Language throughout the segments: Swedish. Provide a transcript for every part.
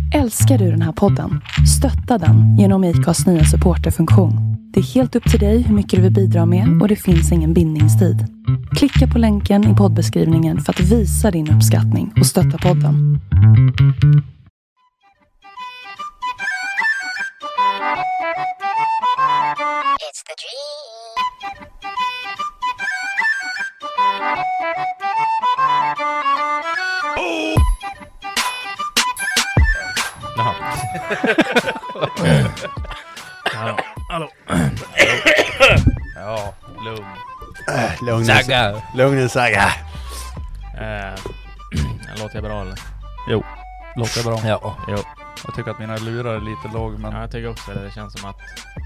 Älskar du den här podden? Stötta den genom IKAs nya supporterfunktion. Det är helt upp till dig hur mycket du vill bidra med och det finns ingen bindningstid. Klicka på länken i poddbeskrivningen för att visa din uppskattning och stötta podden. It's the dream. Hallå. Ja, Lugn saga. Låter jag bra eller? Jo, låter bra. Ja. Jo. Jag tycker att mina lurar är lite låg, men Ja, jag tycker också det känns som att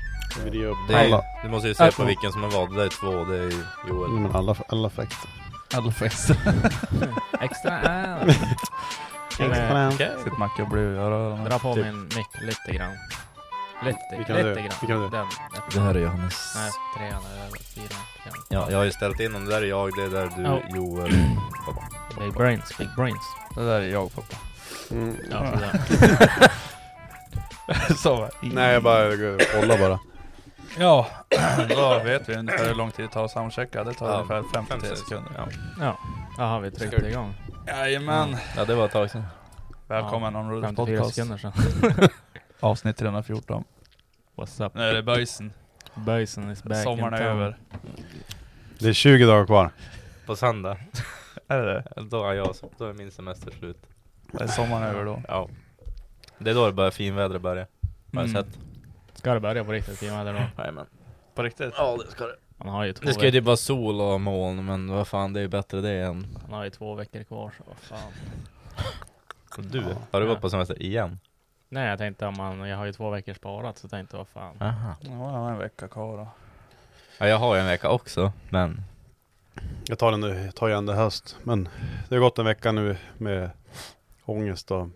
Du måste ju se på vilken som har vad. Det där är två, det är ju Joel. men alla fäkter. Alla fäkter. extra Okej. Sitt macka och blöja röra. dra på min mick lite grann. Vilken Lite är grann. det? Den. Det här är Johannes. Nej, 3an eller 4an. Ja, jag har ju ställt in dem. Det där är jag, det är där du, Ja. Joel. Big brains. Det där är jag, pappa. Ja, sådär. Så. Nej, jag bara kollar bara. Ja, då vet vi ungefär hur lång tid det tar att soundchecka. Det tar Ja, ungefär 50 50 sekunder. Ja, då har vi tryckt igång. Jajamän. Ja, det var ett tag sedan. Välkommen om Rules 54 podcast. sekunder sedan. Avsnitt 314. What's up? Nu är det böjsen. Böjsen is back. Sommaren in är town. över. Det är 20 dagar kvar. På söndag. Är det? Då är min semester slut. Det är sommaren över då. Ja. Det är då det börjar finvädret börjar. Har jag sett. Ska det börja på riktigt i väder då? Jajamän. På riktigt? Ja, det ska det. Han har ju två Det ska ju typ vara sol och moln, men vad fan, det är ju bättre det än... Han har ju 2 veckor kvar, så vad fan. Du, har du gått på semester igen? Nej, jag tänkte jag har ju 2 veckor sparat, så tänkte vad fan. Aha. Ja, jag har en vecka kvar då. Ja, jag har ju en vecka också, men... Jag tar igen det höst. Men det har gått en vecka nu med ångest och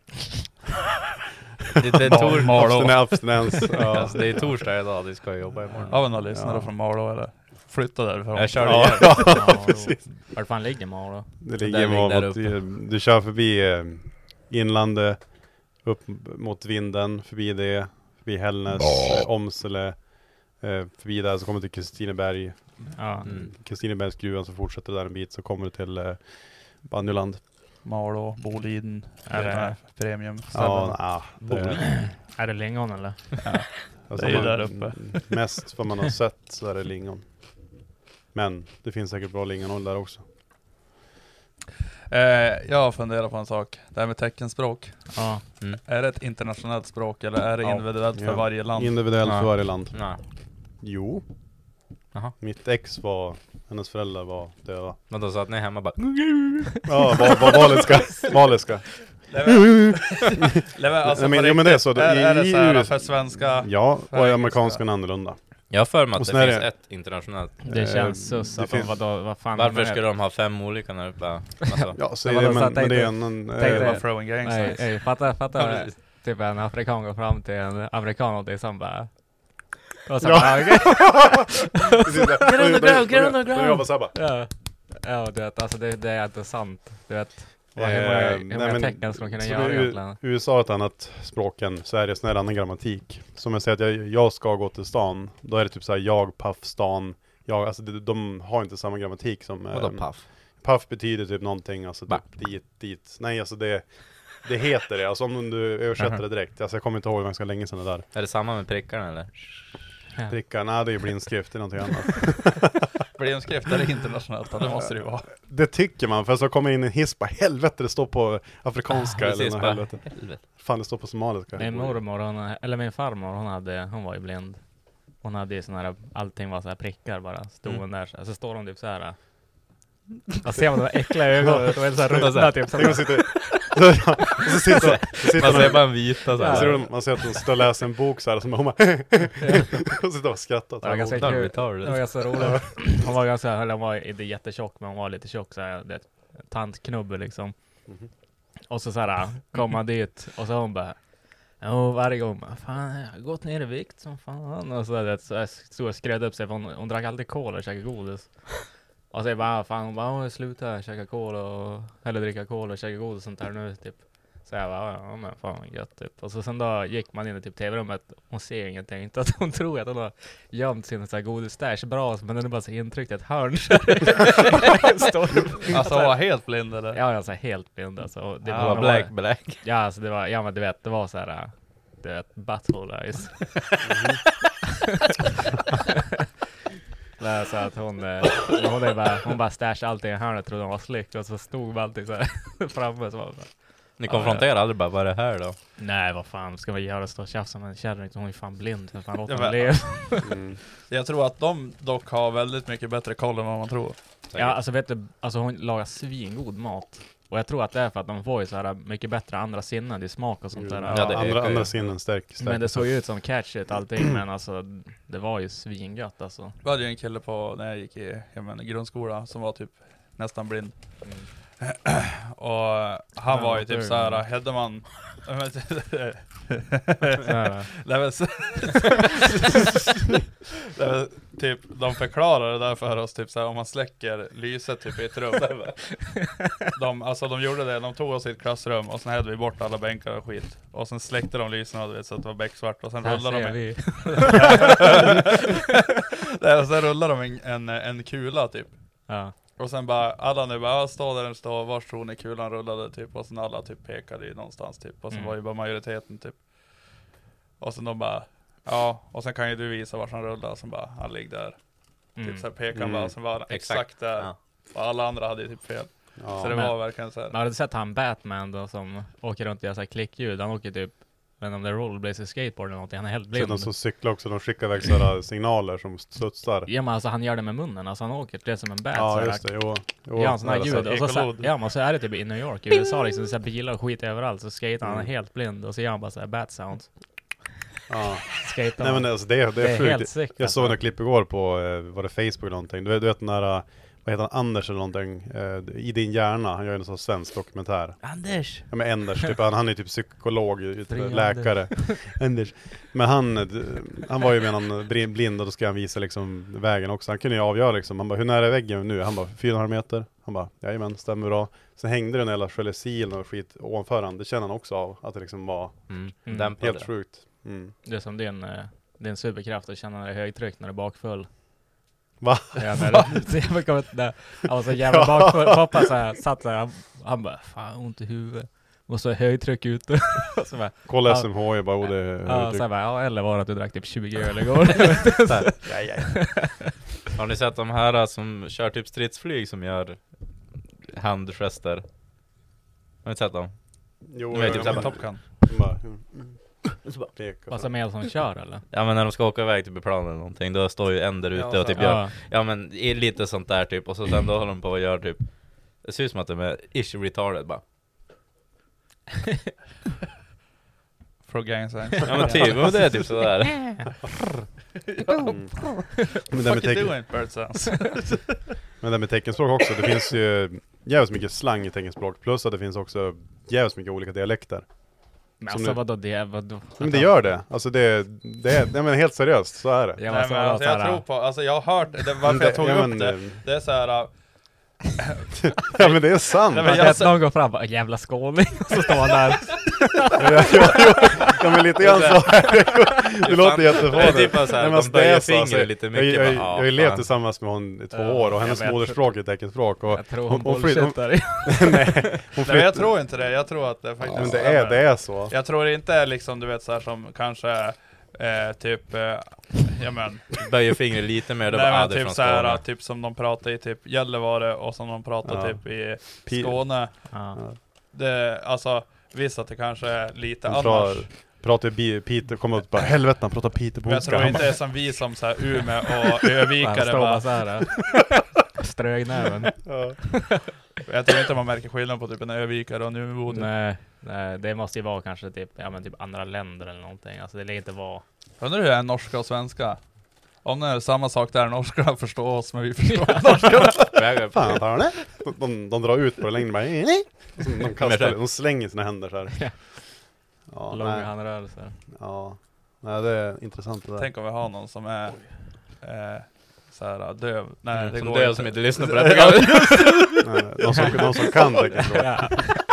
Det är abstinens. Ja. Alltså, det är torsdag idag, vi ska jobba imorgon. Har vi några lyssnare från Malå eller? Flytta därifrån. Jag kör Ja, igen. Ja, precis. var fan ligger man då? Det Där ligger ligger där mot, du kör förbi inlandet, upp mot Vinden, förbi Hällnäs, Omsele, förbi där så kommer du till Kristineberg. Ja. Kristinebergsgruvan, så fortsätter där en bit så kommer du till Banjuland. Malå, Boliden. Är det- premium. Ja, Är det lingon eller? alltså Det är ju där uppe. Mest vad man har sett så är det lingon. Men det finns säkert bra lingonhåll där också. Jag funderar på en sak. Det här med teckenspråk. Ja. Är det ett internationellt språk eller är det individuellt för varje land? Individuellt för varje land. Nej. Jo. Jaha. Mitt hennes föräldrar var döva. Men då sa att ni hemma bara... Ja, valiska. Alltså, Nej, men det är så. Är det så här för svenska? Ja, och för amerikanskan är annorlunda. Jag har för mig att Och det sen är finns det- ett internationellt. Det känns sus det att finns- vad fan. Varför ska de ha 5 olika när det bara... Alltså, Ja, så Men är det, vadå, så men, att men det är tänkte- en... Det var throwing gang Nej, signs. fatta typ en afrikan går fram till en amerikan och det är som bara... Och så Ja. bara, okej. Get underground! Jag bara såhär bara... Ja, du vet, alltså det är inte sant. Du vet, hur nej, många men- tecken ska de kunna så göra det är egentligen? USA är ett annat språk än Sverige, så är det annan grammatik. Som jag säger att jag ska gå till stan, då är det typ såhär jag, paff, stan. Alltså de har inte samma grammatik som... vadå paff? Paff betyder typ någonting, alltså Va? typ dit. Nej, alltså det heter det. Alltså om du översätter det direkt. Alltså jag kommer inte ihåg ganska länge sedan det där. Är det samma med prickarna eller? Prickar, nej det är ju blindskrift, det är någonting annat. Blindskrift är det internationellt, det måste det ju vara. Det tycker man, för så kommer in en hiss bara, helvete det står på afrikanska eller något helvete. Fan, det står på somaliska. Min mormor, eller min farmor, hon var ju blind. Hon hade ju sån här, allting var så här prickar bara, stod hon där så står hon typ så här. Och ser man de äckliga ögonen, de är så här runda typ så. Så sitter Man ser bara en vita så här. man ser att hon står och läser en bok så här, så hon bara och sitter och skrattar. Det var ganska kul. Det var ganska roligt. Hon var ganska, eller hon var inte jättetjock, men hon var lite tjock så här, det tantknubbe liksom. Och så här kom man dit och så hon bara, och varje gång fan, jag har gått ner i vikt som fan. Och så jag stod och skrädd upp sig, för hon drack alltid cola och käkade godis. Och så bara, fan, hon bara, sluta käka cola eller dricka cola och käka godis och sånt där nu typ. Så jag bara, ja men fan gött typ. Och så sen då gick man in i typ tv-rummet. Hon ser ingenting. Inte att hon tror att hon har gömt sin så här godisstash bra. Men den är bara så intryckt i ett hörn. Alltså hon var helt blind eller? Ja, alltså helt blind alltså. Och det var black. Ja, alltså det var, ja men du vet, det var så här, du vet, butthole eyes. Nej, så att hon bara stashade allting i hörnet, trodde hon var slick. Och så stod allting så här framme. Så Ni konfronterade aldrig bara, vad är det här då? Nej, vad fan ska vi göra? Stå och tjafsa med en kärring? Hon är fan blind. För fan, låt hon leva. Jag tror att de dock har väldigt mycket bättre koll än vad man tror. Ja, alltså vet du, alltså hon lagar svingod mat. Och jag tror att det är för att de får ju så här mycket bättre andra sinnen i smak och sånt där. Ja, andra sinnen stärk. Men det såg ju ut som catch it allting, men alltså det var ju svingött alltså. Jag hade ju en kille på när jag gick i grundskola som var typ nästan blind. Och han var ju typ såhär, hade man typ, de förklarar det där för oss typ såhär, om man släcker lyset typ i ett rum. De gjorde det, de tog oss i ett klassrum och sen hade vi bort alla bänkar och skit. Och sen släckte de lysen, vet, så att det var becksvart. Och sen rullade de en kula typ. Ja. Och sen bara, alla nu bara, stå där den står, var tror ni kulan rullade typ. Och sen alla typ pekade ju någonstans typ. Och sen var ju bara majoriteten typ. Och sen de bara, ja, och sen kan ju du visa var han rullar. Och sen bara, han ligger där. Typ så här pekade bara, och sen var han exakt där. Ja. Och alla andra hade ju typ fel. Ja. Så det var verkligen så här. Man hade sett han Batman då som åker runt och gör så här klickljud. Han åker typ, men om det är rollerblades skateboard eller någonting, han är helt blind. Så de som cyklar också, de skickar iväg sådana signaler som studsar. Ja, men alltså han gör det med munnen, alltså han åker det som en bat. Ja, just det, jo. Ja, en sån här ljud. Och så, ja, men så är det typ i New York, i USA liksom, så här bilar och skit överallt, så skater han är helt blind och så gör han bara så här bat sounds. Ja. Skater. Nej, men alltså, det är helt sick. Jag såg en klipp igår på, var det Facebook eller någonting. Du vet den där, vad heter han, Anders eller någonting, i din hjärna, han gör en sån svensk dokumentär. Anders! Ja, men Anders, typ, han är typ psykolog, läkare. Anders. Men han var ju med någon blind och då ska han visa liksom vägen också. Han kunde ju avgöra liksom, han bara, hur nära är väggen nu? Han bara, 400 meter. Han bara, jajamän, stämmer bra. Sen hängde den hela gelesil och skit ovanför han. Det känner han också av, att det liksom var helt sjukt. Det är som din superkraft att känna när det är högtryck, när det är bakfull. Va? Ja, han var så jävla bakfull. Pappa så här, satt så här, han bara, fan ont i huvudet. Och så högtryck ute. Så bara, kolla SMH, jag bara, det är högtryck. Så bara, eller var det att du drack typ 20 öl igår? Har ni sett de här som kör typ stridsflyg som gör handgester? Har ni sett dem? Jo, vet, typ jag Top Gun. Vad som är som kör eller? Ja, men när de ska åka iväg typ i planen eller någonting, då står ju en där ute och typ gör, ja men lite sånt där typ, och så sen då håller de på att göra typ, det ser ut som att de är ish retarded bara. For gang sign. Ja men typ, men det är typ sådär. Men det med teckenspråk också, det finns ju jävligt mycket slang i teckenspråk, plus att det finns också jävligt mycket olika dialekter. Men alltså vadå? Men det gör det. Alltså det är men helt seriöst, så är det. Nej, men alltså, jag tror på, alltså jag har hört det, varför jag tog upp det är så här. Ja, men det är sant. Någon går fram och jävla skåning, så står han där. Ja, men lite grann så här. Det låter jättefånigt. Typ så här, de böjer fingret lite mycket. Jag har ju levt tillsammans med hon i 2 år och hennes moderspråk är teckenspråk. Och jag tror hon bullshittar. Nej, jag tror inte det. Jag tror att det faktiskt men det är så. Jag tror inte liksom, du vet så här som kanske typ ja men böjer fingret lite mer då. Nej, men typ så här, typ som de pratar i typ Gällivare och som de pratar typ i Skåne. Det, alltså visst att det kanske är lite annars. Pratar Peter, kommer ut bara, helvete han pratar Peter på. Jag tror inte det är som vi som så här Umeå och Övikare bara så här. Strögnäven. Jag tror inte man märker skillnad på typ en Övikare och en Umeåbode. Nej, det måste ju vara kanske typ, ja, men typ andra länder eller någonting. Alltså det lär inte vara. Undrar hur det är norska och svenska. Om det är samma sak där, norskarna förstår oss men vi förstår norskarna. Fan, de drar ut på det längre bara. De slänger sina händer så här. Ja, långa handrörelser. Ja, nej, det är intressant det där. Tänk om vi har någon som är så här döv. Nej, det som går döv inte. som inte lyssnar på det programmet. De som kan teckenspråk.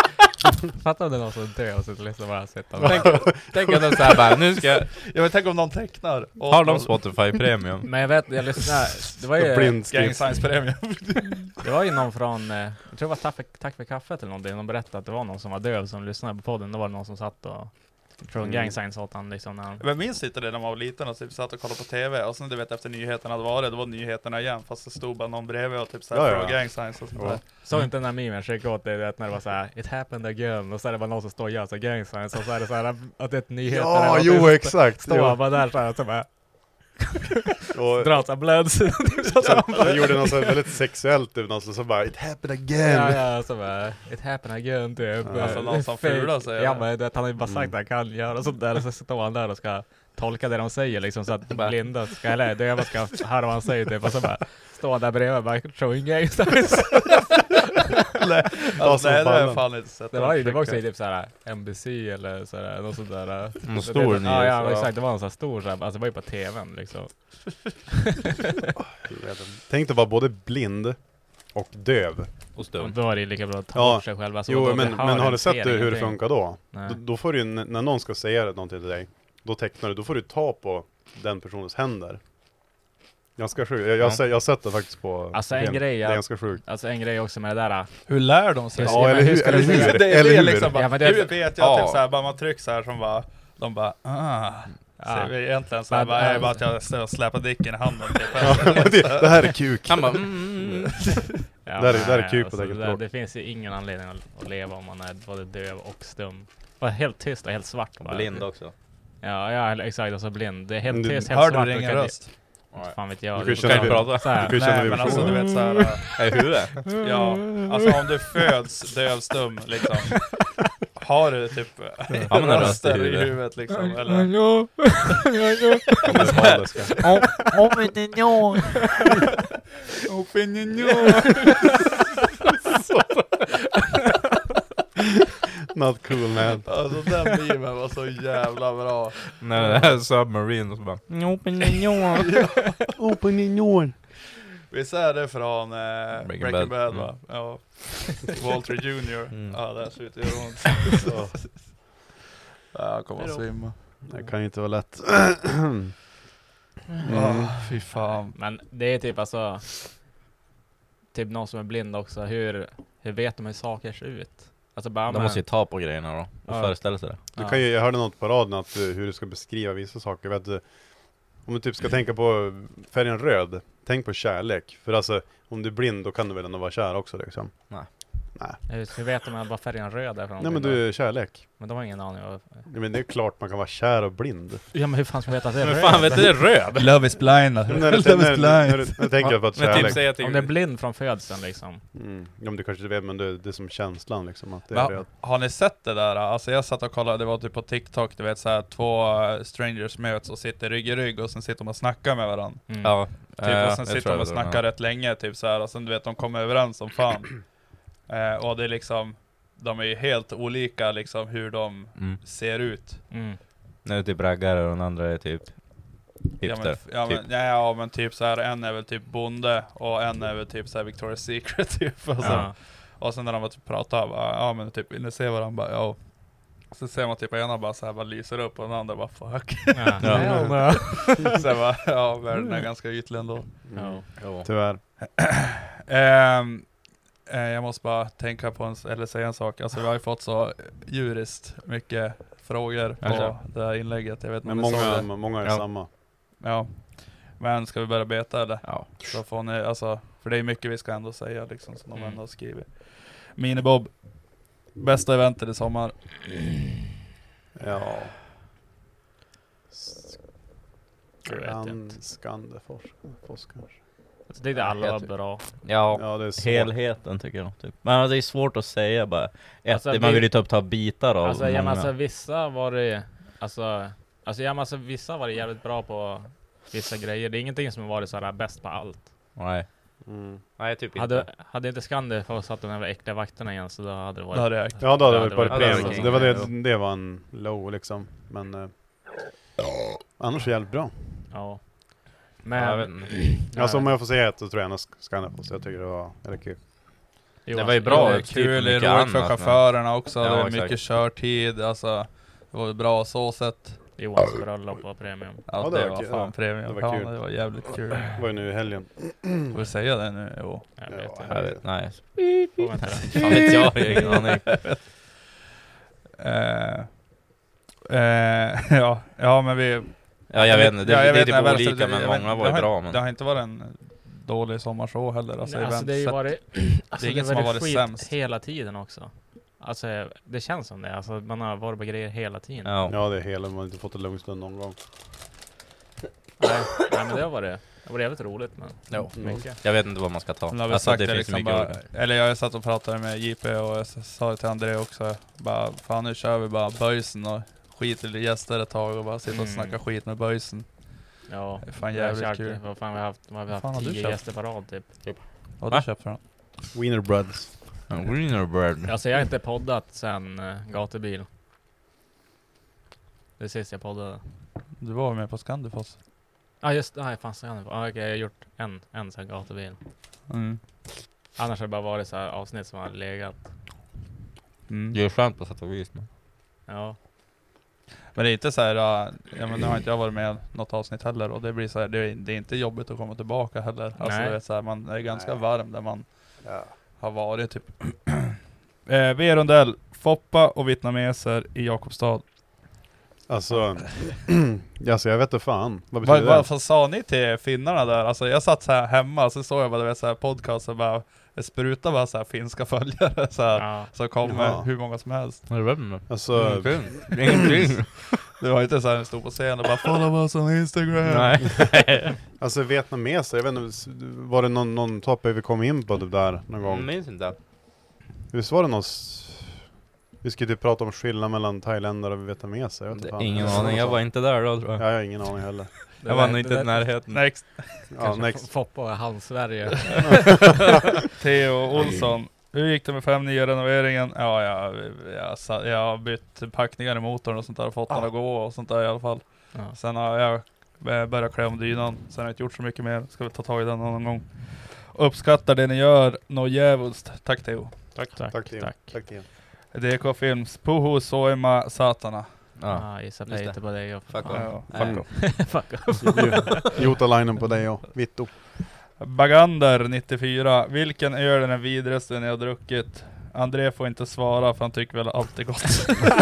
Fattar om det är någon som dör och sitter liksom bara sitter. Tänk att de såhär bara, nu ska jag... Jag vet, tänk om någon tecknar. Har de Spotify Premium? Men jag vet, jag lyssnade, det var ju... Blind Gang Science Premium. Det var ju någon från, jag tror det var Tack för kaffet eller någonting. De berättade att det var någon som var döv som lyssnade på podden. Då var det någon som satt och från Gang Science åt han liksom när han... Men minns inte det när man var liten och typ satt och kollade på TV och sen du vet efter nyheterna hade varit, det var nyheterna igen fast det stod bara någon bredvid och typ såhär från Gang Science och sånt där. Såg inte den här memen skickade åt det när det var såhär It happened again och så är det bara någon som står och gör så Gang Science och så är det såhär att det är ett nyheter. Ja, jo exakt. Står bara där såhär och så bara Och drar sig blöds. han gjorde något så väldigt sexuellt typ, något så bara It happened again. Ja, så bara It happened again typ. Alltså någon som fular sig. Ja men det, han har ju bara sagt att han kan göra sånt där och så står han där och ska tolka det de säger liksom så att blinda ska, eller döva ska höra vad han säger typ och så bara står han där bredvid och bara showing Gang Science. Alltså, nej, det har jag fan inte sett. Det var också typ såhär NBC eller såhär, något sånt där. Någon stor nyhet. Ja, exakt. Det var en sån här stor såhär, alltså det var ju på tvn liksom. Tänk dig vara både blind och döv. Och stum. Och då är det lika bra att ta Ja. bort sig själv. Alltså, Jo, men har du sett hur det funkar då? Nej. Då får du när någon ska säga någonting till dig, då tecknar du, då får du ta på den personens händer. Ganska sjukt. Jag har sett det faktiskt på Alltså en film. grej, Det är ganska sjukt. alltså en grej också med det där. Hur lär de sig? Ja, eller hur? ska du Eller säga? hur? Det Eller är hur? liksom bara, Ja, men det- hur vet jag typ såhär, bara man trycker såhär som bara, de bara, så vi egentligen såhär, bara, är det bara att jag släpar dicken i handen typ. Det här är kuk. Han bara Ja, Där är nej, kuk på alltså, det det, klart. det finns ju ingen anledning att leva om man är både döv och stum. Och helt tyst och helt svart bara. blind också. Ja, exakt, alltså blind. Det är helt Men du- tyst, helt Hör svart. du och ingen kan- röst? Fan vet jag. Du Du kan Kan känna jag prata? så här. Du kan känna Nej, men alltså du vibrationer. vet såhär, I huvudet? ja, alltså om du föds dövstum liksom, har du typ Ja, men en röst i röster i huvudet. huvudet liksom, eller? Not cool man. Alltså den memen var så jävla bra. Nej, det här är Submarine och så bara Open your. Visst är det från Breaking Breaking Bad, Bad va? Ja. Walter Jr. Ja, det här slutar ju ont. Ja, jag kommer att svimma. Det kan ju inte vara lätt. Fy fan. Men det är typ alltså typ någon som är blind också. Hur vet de hur saker ser ut? Alltså bara De måste ju ta på grejerna då och Ja. föreställa sig det. Du kan ju, jag hörde något på raden att hur du ska beskriva vissa saker. Vet du, om du typ ska tänka på färgen röd, tänk på kärlek. För alltså, om du är blind då kan du väl ändå vara kär också liksom. Hur vet de att bara färgen röd är för Nej men någonting du är kärlek. Men de har ingen aning om. Ja, men det är klart man kan vara kär och blind. Ja men hur fan ska man veta att det är Men röd? fan vet du, det är röd! Love is blind. När du tänker på att Men typ kärlek. säga till Om det är blind från födseln liksom. Ja, men du kanske inte vet, men det är som känslan liksom att det är Va? röd. Har ni sett det där? Alltså jag satt och kollade, det var typ på TikTok, du vet såhär, två strangers möts och sitter rygg i rygg och sen sitter de och snackar med varandra. Ja, Typ, och sen sitter de och snackar rätt länge typ såhär, och sen du vet de kommer överens om fan. Och det är liksom, de är ju helt olika liksom hur de ser ut. Nu är det typ raggare och den andra är typ hipster. Ja men typ såhär, en är väl typ bonde och en är väl typ såhär Victoria's Secret typ. Och sen, och sen när de var typ pratar, ja men typ, ni ser varandra bara, ja. Så ser man typ ena bara såhär, bara lyser upp och den andra bara fuck. Sen bara, ja världen är ganska ytlig ändå. Tyvärr. Jag måste bara tänka på eller säga en sak. Alltså vi har ju fått så djuriskt mycket frågor på det här inlägget. Jag vet Men många är samma. Ja. Men ska vi börja beta eller? Ja. Så får ni, alltså, för det är mycket vi ska ändå säga liksom, som de ändå har skrivit. Minibob, bästa eventet i sommar. Ja. vet Skandefors kanske. Jag tyckte alla var bra. Ja, det är svårt. helheten tycker jag typ. Men det är svårt att säga bara. Alltså, man vill ju ta bitar av alltså, många. alltså vissa var det vissa var det jävligt bra på vissa grejer. Det är ingenting som har varit så här bäst på allt. Nej. Nej, typ inte. Hade inte Skandefors satt de här äckliga vakterna igen så då hade det varit... Då hade jag Ja, då hade det varit varit premium. king. Det var det var en low liksom. Men annars är det jävligt bra. Ja. Men Men... Alltså om jag får säga ett så tror jag ändå Skandefors. Jag tycker det var kul. Det var ju bra. Det var kul, det är roligt för chaufförerna också. Ja, det var exakt. mycket körtid, alltså. Det var bra så sätt. Johans bröllop var premium. Ja, det det var var kul. fan premium. Det var kul. Det var jävligt kul. Det var ju nu i helgen. Får vi säga det nu? Jo. Jag vet inte. Jag vet, nej. Får man inte det? Fan vet jag, har ingen aning. Ja, men vi... Ja, jag vet inte. Det är typ inte, olika, men många var ju bra. Det Men har inte varit en dålig sommar heller. Alltså, Nej, alltså det har ju varit... Alltså det är inget som har har varit skit sämst. hela tiden också. Alltså det känns som det. Alltså man har varit på grejer hela tiden. ja. Ja, det är hela. Man har inte fått en lugn stund någon gång. Nej, men det var jävligt roligt, men Jo. mycket. Jag vet inte vad man ska ta. Men har vi Alltså, sagt det det finns liksom mycket bara, olika. eller jag satt och pratade med JP och jag sa det till André också. Bara, fan nu kör vi bara böjsen och skiter i gäster ett tag och bara sitter och snackar skit med böjsen. Ja, Det är fan vi har jävligt kört- kul. Vad fan vi har haft Fan har du 10 köpt? gäster på rad typ. Vad har du köpt för den? Wiener Brothers. Wienerbird. Alltså jag har inte poddat sen gatubil. Det sist jag poddade. Du var med på Scandifoss. Just nej fan så okej, jag har gjort en sen gatubil. Mm. Annars har det bara varit så här avsnitt som har legat. Mm. Det är skönt på sätt och vis. Men. Ja. Men det är inte så här, ja, men nu har inte jag varit med något avsnitt heller och det blir så här, det är inte jobbigt att komma tillbaka heller. Alltså Nej. det är så här, man är ganska varm där man Ja. har varit typ. V-rondell, Foppa och vietnameser i Jakobstad. Alltså, alltså jag vet inte fan. Vad betyder Vad sa ni till finnarna där? Alltså jag satt så här hemma så såg jag bara, du vet, så här podcast och bara det sprutar bara så här finska följare så här, Ja. så kommer Ja. hur många som helst. Jag vet inte. det? Alltså, Ingenting. Det var inte så här en stod på scen och bara follow us on Instagram. Nej. alltså vietnameser, jag vet inte, var det någon topic vi kom in på det där någon gång? Jag minns inte. Visst var det någon... Vi skulle typ prata om skillnad mellan thailändare och vietnameser. Jag vet inte fan. Ingen aning, jag var inte där då tror jag. Ja, jag har ingen aning heller. Jag var nog inte i närheten. Next. Ja, next. Foppa och halv-Sverige. Theo Olsson. Hur gick det med 5.9-renoveringen? Ja, jag har bytt packningar i motorn och sånt där och fått den att gå och sånt där i alla fall. Ja. Sen har jag börjat klä om dynan. Sen har jag inte gjort så mycket mer. Ska vi ta tag i den någon gång. Uppskattar det ni gör. Nå jävulst. Tack Theo. Tack till er. Tack till er. DK Films. Puhu Soima Satana. Ja. Gissa just det. lite på dig och Fuck fan. off. Ja, fuck off. Fuck off. Jota-linen på dig och Vitto. Bagander 94. Vilken öl är den vidrigaste ni har druckit? André får inte svara för han tycker väl allt är gott.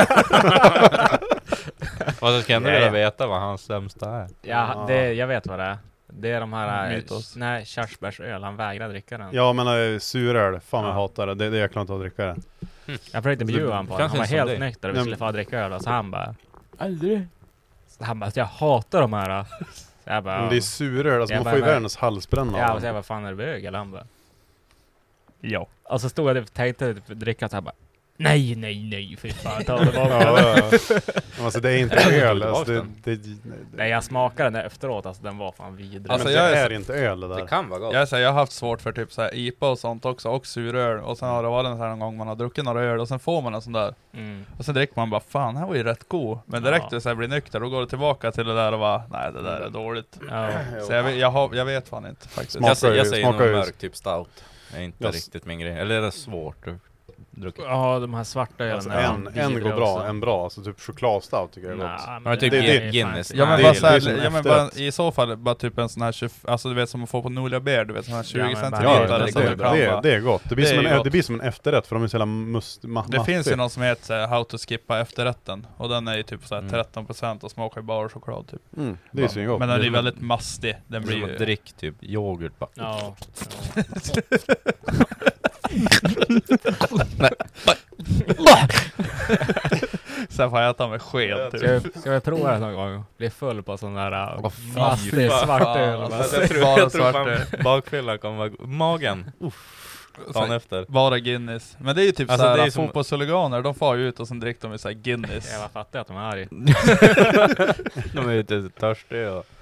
Och så ska jag ändå veta vad hans sämsta är. Ja, jag vet vad det är. Det är de här Mytos. nej, körsbärsöl. Han vägrar dricka den. Ja, men suröl. Fan jag Ja. hatar det. Det jag klarar inte att dricka det. Jag försökte bjuda han på den. Kanske Han var som helt dig. nykter och vi Nej, skulle men- få dricka öl. Och så han bara aldrig. Så han bara, jag hatar de här. Så jag bara, Men det är suröl. Alltså Jag man får ju bara- världens halsbränna ja, av och så jag den. bara, fan är du bög? Eller han bara. Ja. Och så stod jag och tänkte dricka så han bara. Nej, fy fan. Ta det bara. Ja. Men alltså det är inte öl. Alltså, Nej, jag smakade den efteråt. Alltså den var fan vidrig. Alltså, men jag det är är inte öl det där. Det kan vara gott. Jag har haft svårt för typ så här IPA och sånt också, och suröl. Och sen har det varit en sån här gång man har druckit några öl och sen får man en sån där. Mm. Och sen dricker man bara, fan, här var ju rätt god. Men direkt Ja. så här blir nykter, då går det tillbaka till det där och bara, nej det där är dåligt. Ja. Så jag vet fan inte faktiskt. Smakar Jag säger nog smakar ju- mörk typ stout. Det är inte Yes. riktigt min grej. Eller är det svårt att dricka? Ja, de här svarta ölen. Alltså, är en vidriga går bra, också. en bra. Alltså typ chokladstout tycker jag är gott. Nah, Men typ det är fan Guinness. inte- Ja men, Nej, bara det så är här, som ja, men bara, efterrätt. i så fall bara typ en sån här 20, alltså du vet som man får på Nulia Beer, du vet sån här 20 Ja, men centimeter. bara- Ja, det som är du bra. kan, det va? är gott. Det blir, Det är som en, gott. det blir som en efterrätt för de är så jävla Det finns ju maffig. någon som heter How to skippa efterrätten. Och den är ju typ såhär Mm. 13% och smakar ju bara choklad typ. Mm, det är så gott. Men den är Det ju som- väldigt mastig. Den Det blir är som ju... att drick typ yoghurt bara. Ja. Sen får jag äta med sked typ. Ska vi prova det någon gång? Bli full på sån där Åh, massig fan. svart öl. Fan, Bara. alltså, Jag tror, Bara jag tror svart fan öl. bakfyllan kommer vara magen. Dagen efter. Bara Guinness. Men det är ju typ Alltså, såhär, det är som- fotbollshuliganer, de far ju ut och sen dricker de ju såhär Guinness. Jag var fattig att de är arg. De är ju inte törstiga. Och...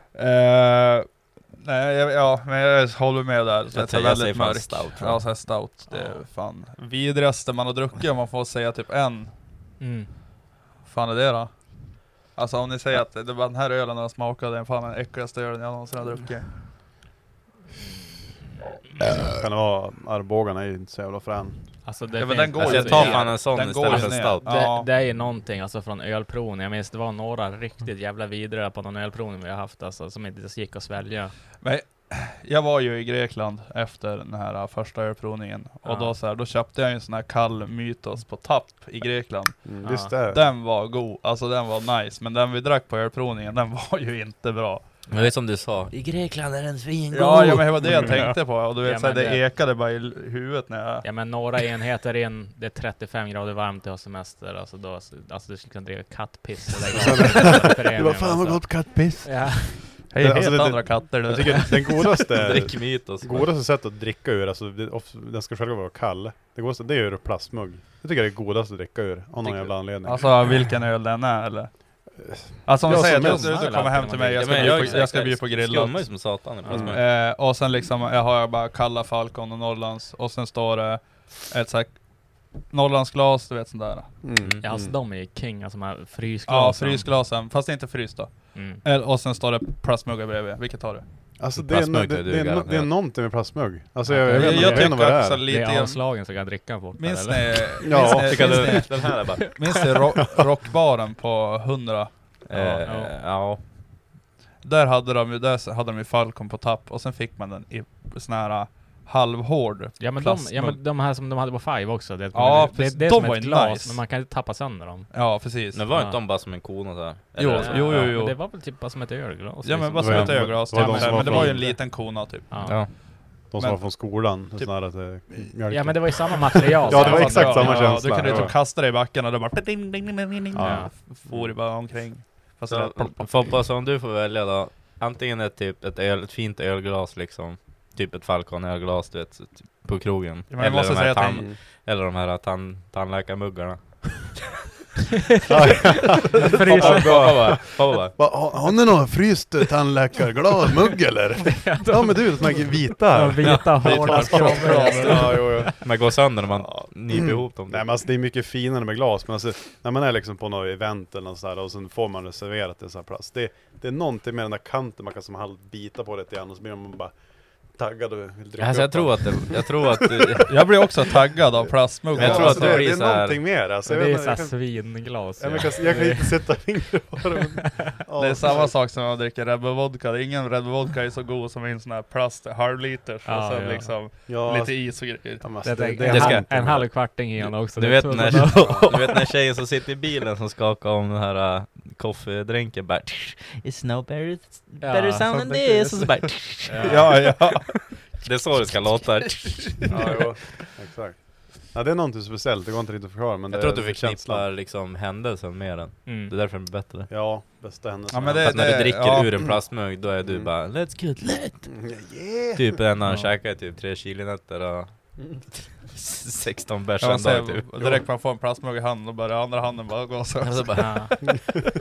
Nej, men jag håller med där. Så Jag det säger- är jag säger väldigt fan mörkt. stout, tror jag. Ja, såhär stout. Det är fan vidrigaste man har druckit, om man får säga typ en. Mm. Fan är det då? Alltså om ni säger att det var den här ölen när den smakade, den fan den äckligaste ölen jag någonsin har druckit. Kan det vara Arbogarna är ju inte så jävla frän. Alltså det men finns, den går Alltså ju jag tar ner. fan en sån Den istället går för ju ner. stout. Ja. det är ju någonting alltså från ölprovning. Jag minns det var några riktigt jävla vidare på någon ölprovning vi har haft alltså, som inte ens gick att svälja. Men jag var ju i Grekland efter den här första ölprovningen. Och då köpte jag en sån här kall Mytos på tapp i Grekland. Visst det. Den var god, alltså den var nice. Men den vi drack på ölprovningen, den var ju inte bra. Men det är som du sa, i Grekland är den svingod. Ja, men det var det jag tänkte på. Och du vet, Ja, så här, men det det- ekade bara i huvudet när jag... Ja men några enheter in, det är 35 grader varmt i semester, alltså då, alltså du skulle kunna dricka kattpiss. Det var fan vad gott kattpiss. Ja. Hej, Alltså, helt det- andra katter. Jag tycker den godaste Drick Mytos. godaste sättet att dricka ur, alltså den ska själv vara kall. Det godaste det är ur plastmugg. Jag tycker det är godast att dricka ur av någon jävla anledning. Alltså vilken öl den är, eller? Alltså om Ja, vi säger som att du helst. kommer hem till mig, jag ska bli på grillat. Skummar ju som satan i plastmugg. Och sen liksom, jag har bara kalla Falcon och Norrlands. Och sen står det ett så här Norrlandsglas, du vet sånt där. Ja, alltså de är ju king, alltså de här Ja, frysglasen. frysglasen, fast inte fryst då. Och sen står det plastmuggar bredvid, vilket har du? Alltså det är, Plastmugg det, är du det, är, garanterat. det är någonting med plastmugg. Alltså Ja, jag vet inte vad det också är. Det lite är avslagen så kan jag dricka fort. Minns eller? ni, Ja, Den här är bara... minns ni rockbaren på 100? Ja. Där hade de ju Falcon på tapp. Och sen fick man den i sån här halvhård Ja men, plastmugg. de här som de hade på Five också, det, Ja, det, precis. det är De som var ett ju glas, nice. men man kan inte tappa sönder dem. Ja, precis. Men var Ja. inte de bara som en kona så här? Jo, Eller? jo. Men det var väl typ bara som ett ölglas. Ja, men bara Det som var ett ju- ölglas. var Ja, de som men var det var ju en från- liten kona typ. Ja. Ja. De som Men- var från skolan. Typ- Sån här att mjölk. Ja men det var ju samma material. Ja, det var Så- exakt samma Ja, känsla. du kunde ju Ja. typ kasta dig i backen och det bara ding, ding, ding, ding, ding. Ja. For ju bara omkring. Fast det Så, var plopp, plopp. Foppa, så om du får välja då, antingen ett fint ölglas liksom, typ ett Falcon ölglas du vet, typ, på krogen, Ja, men jag måste de här säga att eller de här tandläkarmuggarna. Frysa. Foppa bara, Har ni någon fryst tandläkarglas mugg eller? Ja men du, såna här vita De här. vita hårda skrapor. Ja, jo. man går sönder när man nyper ihop dem. Nej men alltså det är mycket finare med glas, men alltså när man är liksom på något event eller något sådär och sen får man det serverat i sån här plast. Det är någonting med den där kanten man kan som halv bita på det igen och så blir man bara taggad och vill dricka Alltså upp jag tror att du, Jag blir också taggad av plastmuggar. Men jag tror att alltså, det det blir är så här- någonting mer alltså. Det är såhär jag kan, svinglas. ja, men jag kan inte sätta fingret på det. Det är samma sak som att dricka Red Bull vodka. Ingen Red Bull vodka är så god som en sån här plast halvliters. Ja, och sen ja. liksom Ja, lite is och grejer. ja, men alltså, Det det är det ska- en halv kvarting i den också. du Det är vet två- du vet när tjejen som sitter i bilen som skakar om den här koffedrinken bara it's no better sound than this och så bara Ja. det är så det ska låta. ja, jo, exakt. Ja, det är någonting speciellt, det går inte riktigt att förklara, men Jag det, tror att du det är förknippar liksom händelsen med den. Det är Mm. därför den blir bättre. Ja, bästa händelsen. Ja, men För att när du dricker ja. ur en plastmugg då är du bara let's get lit. Typ när han käkar typ 3 kilinötter och 16 bärs Ja, en dag typ. direkt man får en plastmugg i handen och bara andra handen bara gå så. Och så bara, Ja.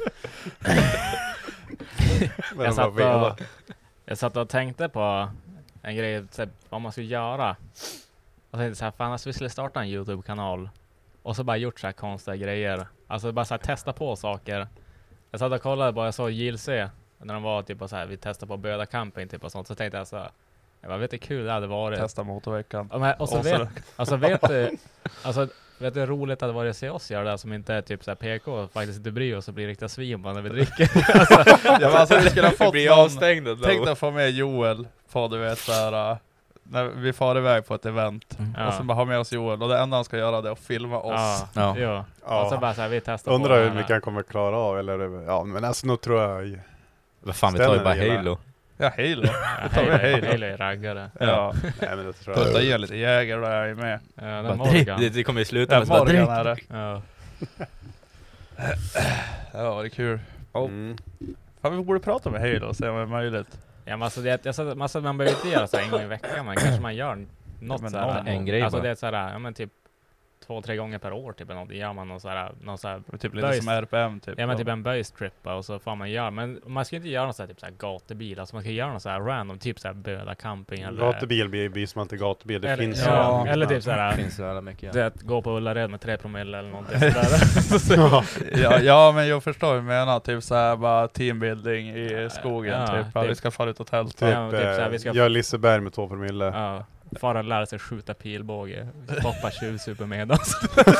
Men Jag bara veva. Jag satt och tänkte på en grej, så här, vad man skulle göra. Och tänkte så här, fan alltså vi skulle starta en YouTube-kanal. Och så bara gjort så här konstiga grejer. Alltså bara så här testa på saker. Jag satt och kollade bara, jag såg JLC. När de var typ så här, vi testade på Böda camping typ och sånt. Så tänkte jag så här, jag bara, vet du hur kul det hade varit. Testa motorveckan. Och så vet, alltså vet du, alltså vet du hur roligt det hade varit att se oss göra det som inte är typ så här PK och faktiskt inte bryr oss och blir riktigt svin bara när vi dricker. Ja, men alltså vi skulle ha fått blir någon. avstängd då. Tänk dig att få med Joel på, du vet såhär, när vi far iväg på ett event. Ja. Och så bara ha med oss Joel. Och det enda han ska göra det är att filma oss. Ja, Ja. ja. Ja. Och så bara så här, vi testar Undrar på hur det här. mycket han kommer klara av, eller ja, men alltså nog tror jag. Vad fan, vi tar ju bara Ställer Halo. Ja, Halo. Ja, tar vi Halo. Halo är raggare. Ja. Nej men det tror Putta jag. i en lite jäger där är med. Ja, den Bara, Morgan. det kommer ju sluta Ja, med så bara, Morgan är det. Ja. Ja, det är kul. Mm. Fan, vi borde prata med Halo och se om det är möjligt. Ja, men alltså man behöver inte göra så här en gång i veckan, men kanske man gör något men så här. en grej alltså bara. det är så här, ja men typ 2-3 gånger per år typ eller någonting. Gör man någon så här Typ lite Böjs. som RPM typ. ja men typ en böjstrippa och så får man göra. Men man ska inte göra någon så här typ så här gatubil. Alltså man ska göra någon så här random typ så här Böda camping eller Gatubil blir som alltid gatubil. Det eller, finns ja, ju. eller typ så Det här finns så jävla mycket. det att gå på Ullared med 3 promille eller någonting sådär. Ja, men jag förstår hur du menar. Typ såhär bara teambuilding i skogen. Ja, typ. Ja, typ. vi ska fara ut och tälta. Typ, Ja, typ så här, vi ska- gör Liseberg med 2 promille. Ja. Fara lära sig skjuta pilbåge. Poppa tjuvsuper med oss.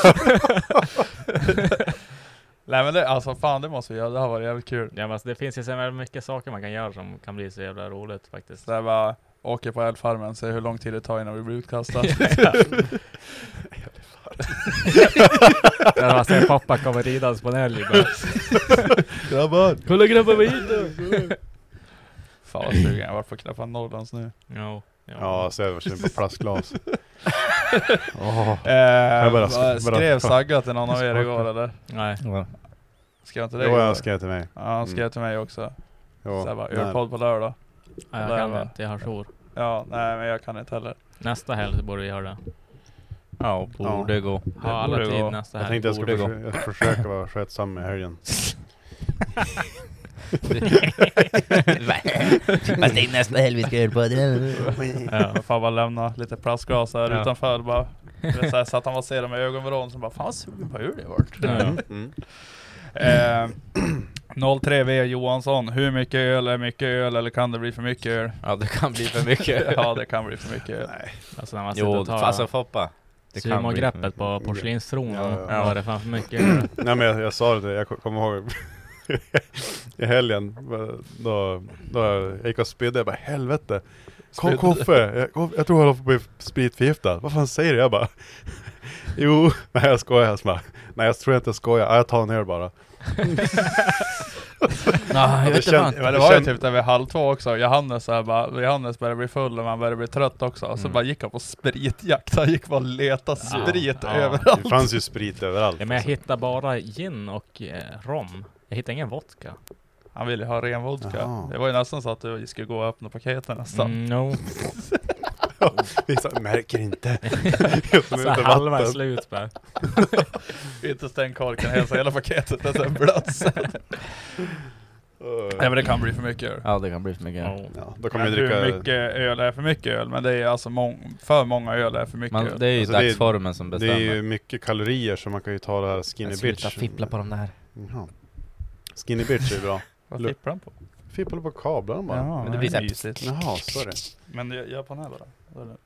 Nej men det, alltså fan det måste vi göra, det har varit jävligt kul. Ja, men alltså, det finns ju så väldigt mycket saker man kan göra som kan bli så jävla roligt faktiskt. Så jag bara åker på älgfarmen, se hur lång tid det tar innan vi blir utkastade. Man ser pappa kommer ridas på en älg. Grabbar! Kolla grabbar, vad hit då? Fan vad sugen jag har varit på knappa Norrlands nu. Ja, så jag var på plastglas. Skrev Sagga till någon av er igår eller? Nej. Skrev inte det? Jo, jag skrev till mig. Ja, han skrev till mig också. Jo, Så jag bara, ölpodd på lördag. Jag kan inte, jag har jour. Ja, nej men jag kan inte heller. Nästa helg så borde vi göra det. Ja, borde gå. Ha alla borde tid gå. nästa jag helg. tänkte jag ska försöka vara skötsam med helgen. Fast det är nästa helg vi ska göra på det. Ja, fan bara lämna lite plastglas här utanför bara. Så här, satt han och ser med ögonvrån så bara, fan vad sugen på öl det vart. 03V Johansson, hur mycket öl är mycket öl eller kan det bli för mycket öl? Ja, det kan bli för mycket. Ja, det kan bli för mycket öl. Nej. Alltså när man Jo, sitter och alltså tar Foppa. symogreppet på porslinstronen. Ja. Var det fan för mycket? Nej men jag sa det, jag kommer ihåg i helgen då jag gick och spydde, jag bara helvete. Koffe, jag tror jag håller på att bli spritförgiftad. Vad fan säger du? Jag bara jo, nej jag skojar. Nej jag tror inte jag skojar, jag tar en öl bara. Jag vet inte. Men det var ju typ där vid 1:30 också. Johannes började bli full och man började bli trött också. Så bara gick han på spritjakt. Han gick bara och letade sprit överallt. Det fanns ju sprit överallt. Ja, men jag hittade bara gin och rom. Jag hittade ingen vodka. Han ville ha ren vodka. Jaha. Det var ju nästan så att du skulle gå och öppna paketen nästan. No. Vissa märker inte. Så halva är slut bara. Inte stäng korken, hälsa hela paketet. Det är så blötsad. Nej men det kan bli för mycket öl. Ja, det kan bli för mycket. Ja, då kan vi Men dricka. hur mycket öl är för mycket öl? Men det är alltså för många öl är för mycket öl. Det är ju Alltså, dagsformen som Det bestämmer. är ju mycket kalorier så man kan ju ta det här skinny bitch. Sluta fippla på de där. Ja. Skinny bitch är bra. Vad fipplar han på? Fippla på kablarna bara. Ja, Men det blir så här mysigt. Jaha, sorry. Men jag gör på den här bara. Då är det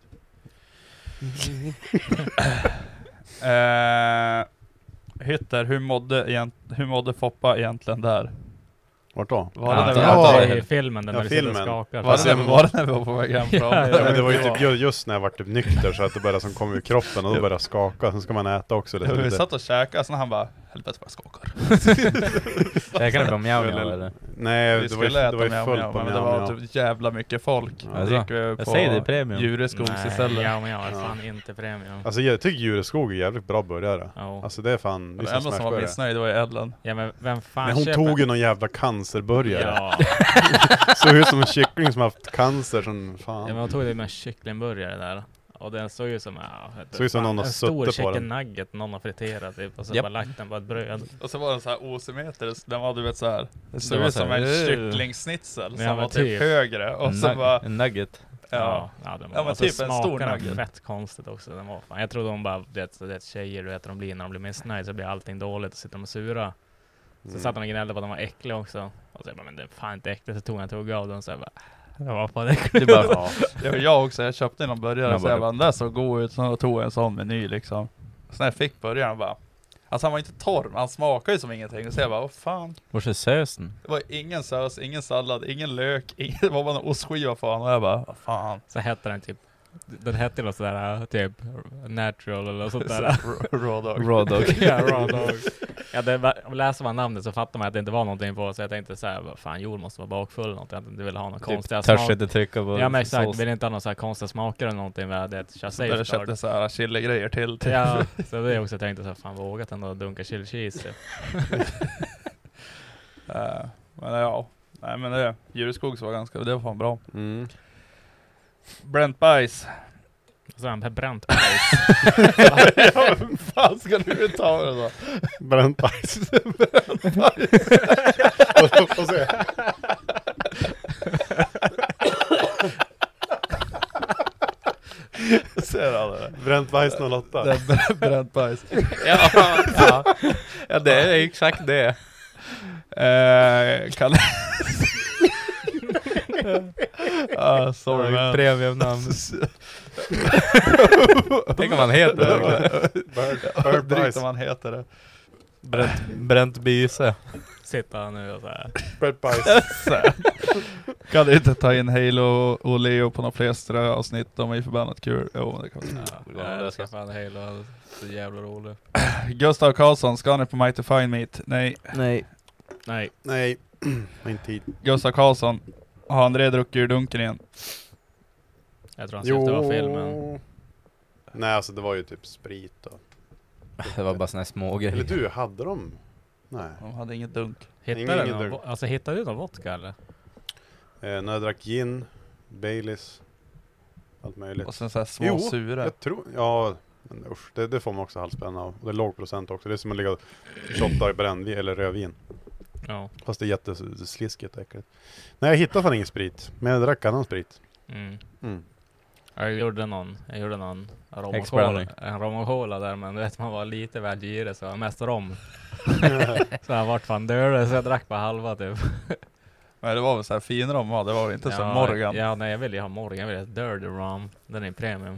Hytter, hur mådde Foppa egentligen där? Vart då? Var det när vi Ja, var det är filmen där när du sitter och filmen. skakar. Var det när vi var på väg hem från? Ja, Ja, men det var ju typ just när jag var typ nykter så att det började som kom ur kroppen och då började jag skaka. Sen ska man äta också lite. Vi satt och käkade, sen han bara, helvete vad jag skakar. Jag kan det vara mjau eller? Nej, Vi det var ju skulle äta fullt mjau, på men det mjau, var mjau. typ jävla mycket folk. Ja. Vi gick Jag på säger det, premium. Djureskogs istället. Ja, men jag är fan inte premium. Alltså jag tycker Djureskog är jävligt bra börjare. Ja. Alltså det är fan, Den enda som var missnöjd var ju Ellen. Ja, men vem fan men hon köper- tog ju någon jävla cancerburgare. Ja. Såg ut som en kyckling som haft cancer som fan. Ja, men hon tog det med kycklingburgare där. Och den såg ju som, Såg ut som någon har en suttit stor på chicken den. nugget någon har friterat typ, och så Japp. bara lagt den på ett bröd. Och så var den så här ocemeter, den var du vet så här. Det såg var ut så som här, en kycklingsnitzel Ja, som men var typ. typ högre. Och så bara, En nugget. ja. Den Ja, men alltså, typ en stor smakerna nugget. fett konstigt också. Den var fan. Jag trodde de bara, det tjejer, du vet, de blir när de blir missnöjda så blir allting dåligt och sitter de och sura. Så satt de och gnällde på att de var äckliga också. Och så jag bara, men det är fan inte äckligt. Så tog jag en tugga av dem och så jag bara, det var fan äckligt. Du bara, ja. Det var jag också, jag köpte någon burgare Jag så jag bara- bara, den där såg god ut, så tog jag en sån meny liksom. Så när jag fick burgaren bara, alltså han var inte torr, men han smakade ju som ingenting. Så jag bara, vad fan. Vart är sösen? Det var ingen sös, ingen sallad, ingen lök, det var bara en ostskiva fan. Och jag bara, vad fan. Så hette den typ, den hette något sådär typ natural eller sånt där. Raw dog. Raw dog. Ja, raw dog. Ja, läser man namnet så fattar man att det inte var någonting på. Så jag tänkte såhär, vad fan, jord måste vara bakfull eller någonting. Att du vill ha någon konstiga Törs smak. inte trycka på Ja, men exakt. sås. Vill inte ha någon så här konstiga smaker eller någonting med det. Där jag Safeguard. köpte så här chili-grejer till. Typ. Ja, så det är också tänkte så här, fan vågat ändå dunka chili cheese. Typ. Men ja, nej men det, Djureskogs var ganska, det var fan bra. Mm. Brent Bajs. Så han bränt bajs. Ja, men fan ska du uttala det då? Bränt bajs. Får se. Ser du det? Bränt bajs 08. Det är Brent Bajs. Ja, det är exakt det. Kalle. Sorry man. Premiumnamn. Tänk om man heter det. Drygt om man heter det. Bränt byse. Sitta nu och så här. Brett Bajs. Kan du inte ta in Halo och Leo på några fler avsnitt? De är ju förbannat kul. Jo, det kan Ja, jag ska fan Halo. Så jävla roligt. Gustav Karlsson, ska ni på Mighty Fine Meat? Nej. Nej, min tid. Gustav Karlsson, har André druckit ur dunken igen? Jag tror han syfte var filmen. Nej, alltså det var ju typ sprit och... Det var bara såna här små grejer. Eller du, hade de? Nej. De hade inget dunk. Hittade du någon vodka eller? När jag drack gin, Baileys, allt möjligt. Och sen så här små sura. Jag tror, ja, men usch, det får man också halsspänna av. Och det är låg procent också. Det är som att ligga och shotta i brännvin eller rödvin. Ja. Fast det är jättesliskigt och äckligt. Nej, jag hittade fan ingen sprit. Men jag drack annan sprit. Jag gjorde någon rom och cola där, men du vet man var lite väl girig så mest rom. Så jag vart fan död så jag drack på halva typ. Men det var väl så här fin rom, det var väl inte som Morgan. Ja, nej jag ville ju ha Morgan, jag ville ha Dirty Rom. Den är premium.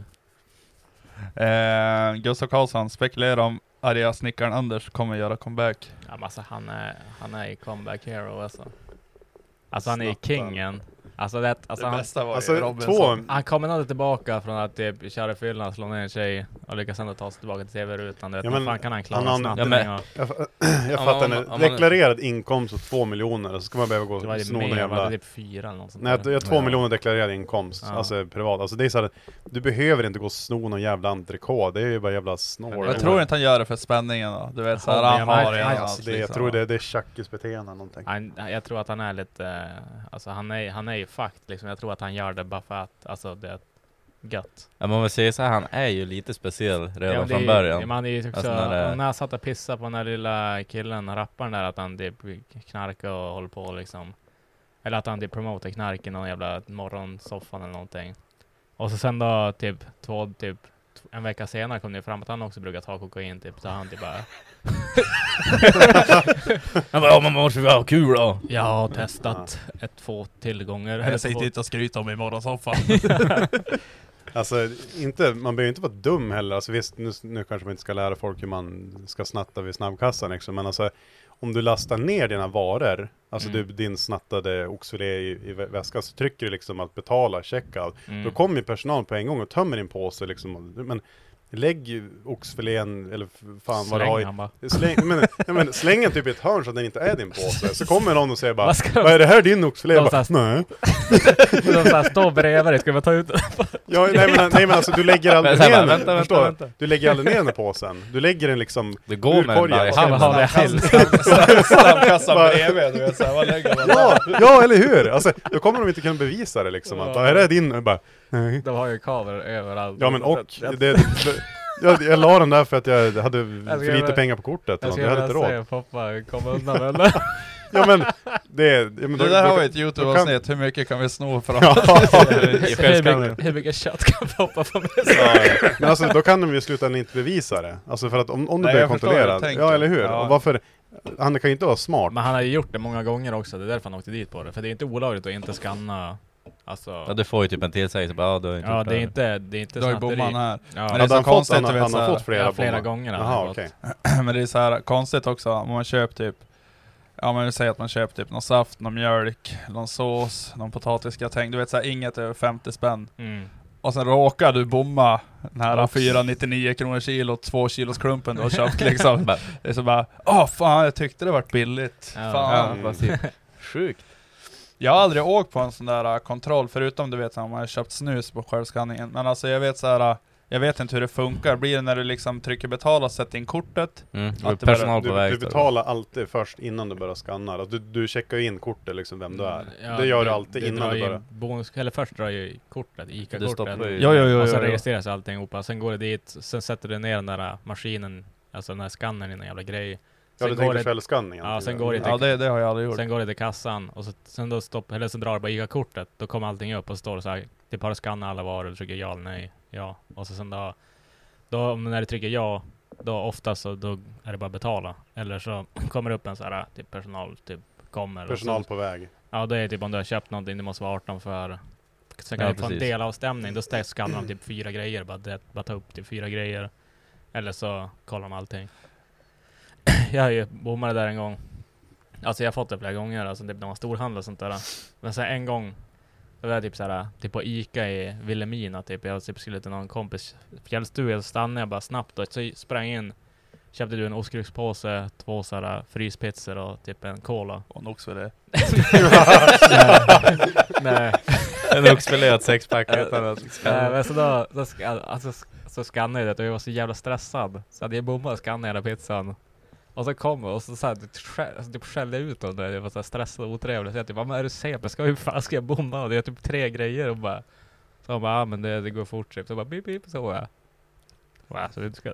Gustav Karlsson spekulerar om arga snickaren Anders kommer göra comeback. Ja, men alltså han är i comeback hero alltså. Alltså han är kingen. Alltså det bästa var alltså, ju Robinson. Han kommer nog tillbaka från att typ köra fyllan, slå ner en tjej och lyckas ändå ta sig tillbaka till tv-rutan. Ja, men fan kan han klara snattning? Jag fattar nu. Deklarerad inkomst på 2 miljoner och så ska man behöva gå och sno den jävla... Det var typ 4 eller något sånt. Nej, jag har 2 miljoner deklarerad inkomst. Ja. Alltså privat. Alltså det är så här, du behöver inte gå och sno någon jävla entrecote. Det är ju bara jävla snår. Jag tror inte han gör det för spänningen då. Du vet så här, han har det. Jag tror det är tjackis beteende någonting. Jag tror att han är lite... Alltså han är ju fakt liksom. Jag tror att han gör det bara för att alltså det är gött. Ja, man vill säga så här, han är ju lite speciell redan från början. Ja, man är ju också, alltså när jag satt och pissade på den här lilla killen, rapparen där, att han typ knarkar och håller på liksom. Eller att han typ promotar knark i någon jävla morgonsoffan eller någonting. Och så sen då typ en vecka senare kom det fram att han också brukar ta kokain typ, så han typ bara... Han bara, man måste ha kul då. Jag har testat 2 tillgångar. Jag säger inte att skryta om i morgonsoffan. Alltså, man behöver inte vara dum heller. Alltså visst, nu kanske man inte ska lära folk hur man ska snatta vid snabbkassan liksom. Men alltså, om du lastar ner dina varor, alltså din snattade oxfilé i väskan, så trycker du liksom att betala checkout. Då kommer ju personal på en gång och tömmer din påse liksom. Men lägg oxfilén eller fan vad du har. Släng den typ i ett hörn så att den inte är din påse. Så kommer någon och säger bara, vad är det här din oxfilé? Nej. De står bredvid dig, ska vi ta ut det? Ja, nej men alltså du lägger aldrig ner den. Vänta. Du lägger aldrig ner den i påsen. Du lägger den liksom det går med korgen. Snabbkassan bredvid, du vet så här, vad lägger man? Ja, eller hur? Alltså, då kommer de inte kunna bevisa det liksom. Att, är det din? Bara, nej. De har ju kameror överallt. Ja, men jag la den där för att jag hade för lite pengar på kortet. Jag hade inte råd. Poppa, kom undan eller? Ja, men det där har vi ett YouTube-avsnitt. Hur mycket kan vi sno för hur mycket kött kan Poppa få med sig? Ja, men alltså, då kan de ju sluta inte bevisa det. Alltså för att om du börjar kontrollera. Ja, eller hur? Ja. Och varför... Han kan ju inte vara smart. Men han har ju gjort det många gånger också. Det är därför han åkte dit på det. För det är inte olagligt att inte skanna. Alltså... Ja, du får ju typ en tillsägelse. Det är inte snatteri. Du har ju bomman här. Ja. Men det är så konstigt. Han har fått flera gånger. Jaha, okej. Men det är så här konstigt också. Om man köper typ... Ja, men vi säger att man köper typ någon saft, någon mjölk, någon sås, någon potatisgratäng. Du vet så här, inget över 50 spänn. Och sen råkar du bomma den här 4,99 kronor kilo, 2 kilos klumpen du har köpt liksom. Det är så bara, fan, jag tyckte det var billigt. Fan. Sjukt. Jag har aldrig åkt på en sån där kontroll, förutom du vet om man har köpt snus på självskanningen. Men alltså jag vet så här, jag vet inte hur det funkar. Blir det när du liksom trycker betala och sätter in kortet? Att personal på väg. Du betalar alltid först innan du börjar skanna. Alltså, du checkar in kortet liksom vem du är. Det gör du alltid innan du börjar. Eller först drar ju kortet, ICA-kortet. Jo. Och så registreras allting ihop. Sen går det dit, sen sätter du ner den där maskinen, alltså den här skannern i en jävla grej. Ja, du tänkte självskanningen. Ja, sen går det till, det har jag aldrig gjort. Sen går det till kassan och sen drar det bara ICA-kortet. Då kommer allting upp och står det så här, typ har du skannat alla varor, du trycker ja eller nej. Ja. Och så sen då när du trycker ja, då oftast så då är det bara betala. Eller så kommer det upp en så här typ personal typ kommer. Personal så, på väg. Ja, det är typ om du har köpt någonting, det måste vara 18 för. Sen kan du få en delavstämning, då skannar de typ 4 grejer, bara ta upp typ 4 grejer. Eller så kollar de allting. Jag har ju bommat där en gång. Alltså jag har fått det flera gånger, alltså typ när man storhandlar och sånt där. Men så en gång, då var jag typ såhär, typ på Ica i Vilhelmina typ. Jag typ skulle till någon kompis fjällstuga, så stannade jag bara snabbt och så sprang in. Köpte du en ostkrukspåse, 2 såhär fryspizzor och typ en cola. Och en oxfilé. Nej. En oxfilé och 6-pack utan att men så skannade jag det och jag var så jävla stressad. Så hade jag bommat och skannade hela pizzan. Och så kom jag och så typ skällde ut om det. Jag var så stressad och otrevlig. Så jag typ, vad är du säger? Hur fan ska jag bomma? Och det är typ 3 grejer och bara. Så jag bara, men det går fort. Så bara, bip, så jag. Wow, så du inte ska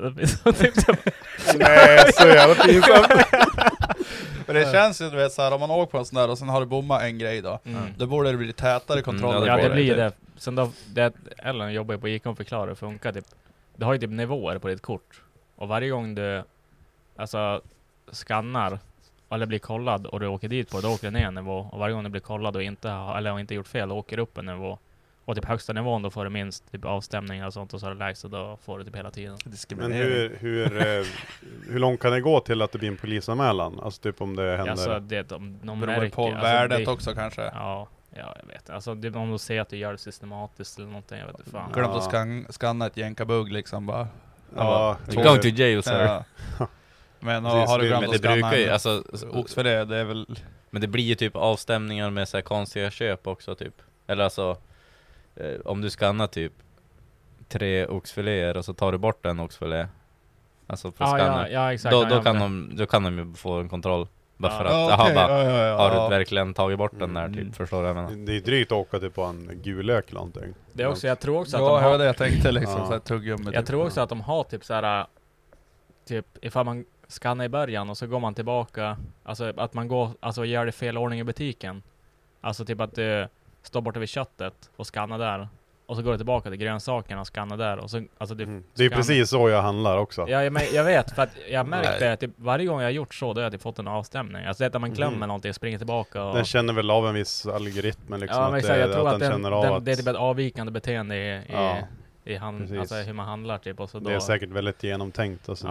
Nej, så jävla pinsamt. Men det känns ju, du vet såhär, om man åker på en sån där och sen har du bommat en grej då. Då borde det bli tätare kontroller. Ja, det blir det. Sen då, Ellen jobbar ju på Ica och förklarar det funkar typ. Du har ju typ nivåer på ditt kort. Och varje gång du alltså skannar eller blir kollad och du åker dit på, då åker du ner en nivå. Och varje gång du blir kollad och inte gjort fel, då åker du upp en nivå. Och typ högsta nivån, då får du minst typ avstämningar och sånt, och så är det lägst, och då får du typ hela tiden. Men hur långt kan det gå till att det blir en polisanmälan? Alltså typ om det händer... Alltså det de beror på värdet också kanske. Ja, jag vet. Alltså om de ser att du gör det systematiskt eller någonting, jag vet inte fan. Glömt att skanna ett jänkabugg liksom bara. Ja, going to jail, sir. Ja. Men har du glömt att skanna ju, alltså, oxfilé, det är väl... Men det blir ju typ avstämningar med så här konstiga köp också typ. Eller alltså om du skannar typ 3 oxfiléer och så tar du bort en oxfilé. Alltså för skanna. Ja, exakt. Då kan de ju få en kontroll. Bara för att, har du verkligen tagit bort den där typ, förstår du vad jag menar? Det är drygt att åka typ på en gulök eller någonting. Det är också, jag tror också att de har... det jag tänkte liksom, så här tuggummi. Jag tror också att de har typ så här, typ ifall man skannar i början och så går man tillbaka, alltså att man går, alltså gör det fel ordning i butiken. Alltså typ att du står borta vid köttet och skannar där. Och så går du tillbaka till grönsakerna och skannar där. Och så, alltså det är precis så jag handlar också. Ja, jag vet, för att jag märkte att typ, varje gång jag har gjort så, då har jag typ fått en avstämning. Alltså att man glömmer någonting och springer tillbaka. Och... Den känner väl av en viss algoritm liksom, ja, men att, jag tror att den känner av att... det är typ ett avvikande beteende i alltså hur man handlar typ. Och så då... Det är säkert väldigt genomtänkt. Alltså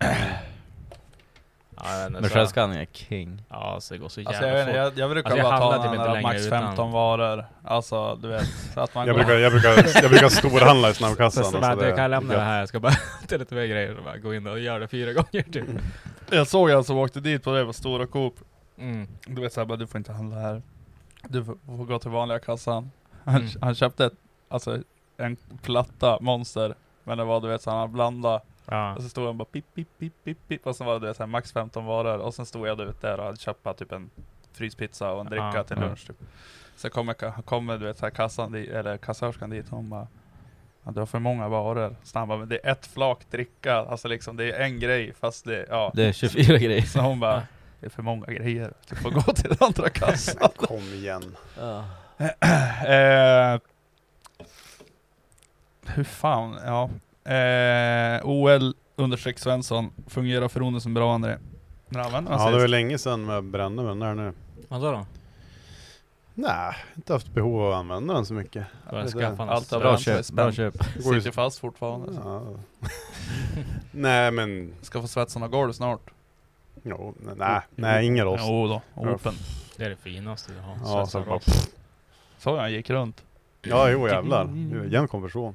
men självskanning är king. Ja, så det går så alltså, jävla fort. Jag brukar bara ta typ max 15 varor. Alltså, du vet. Så att man jag brukar storhandla i snabbkassan. Så jag kan lämna det här. Jag ska bara ta lite mer grejer och bara gå in och göra det 4 gånger typ. Jag såg en som åkte dit på det på Stora Coop. Du vet såhär bara, du får inte handla här. Du får gå till vanliga kassan. Han köpte en platta monster. Men det var, du vet, så han blandade. Ja. Och så stod han bara pip, pip, pip, pip, pip. Och så var det så här, max 15 varor. Och sen stod jag där och hade köpt typ en fryspizza och en dricka till lunch typ. Så kommer du vet så här kassörskan dit och hon bara, ja, du har för många varor. Så bara, men det är ett flak dricka. Alltså liksom, det är en grej fast det är 24 grejer. Så hon bara, det är för många grejer. Du får gå till den andra kassan. Kom igen. Hur fan, OL _ Svensson fungerar förroende som bra, André. Ja, det var länge sedan jag brände med den där nu. Vad sa då? Nej, inte haft behov av att använda den så mycket. Allt bra köp. Sitter fast fortfarande. Ja. Nej, men... Ska få svetsarna golv snart. Jo, nej, ingen rost. Jo då, open. Det är det finaste du har. Ja, så bara... Så jag gick runt. Ja, jo jävlar. Jämn konversion.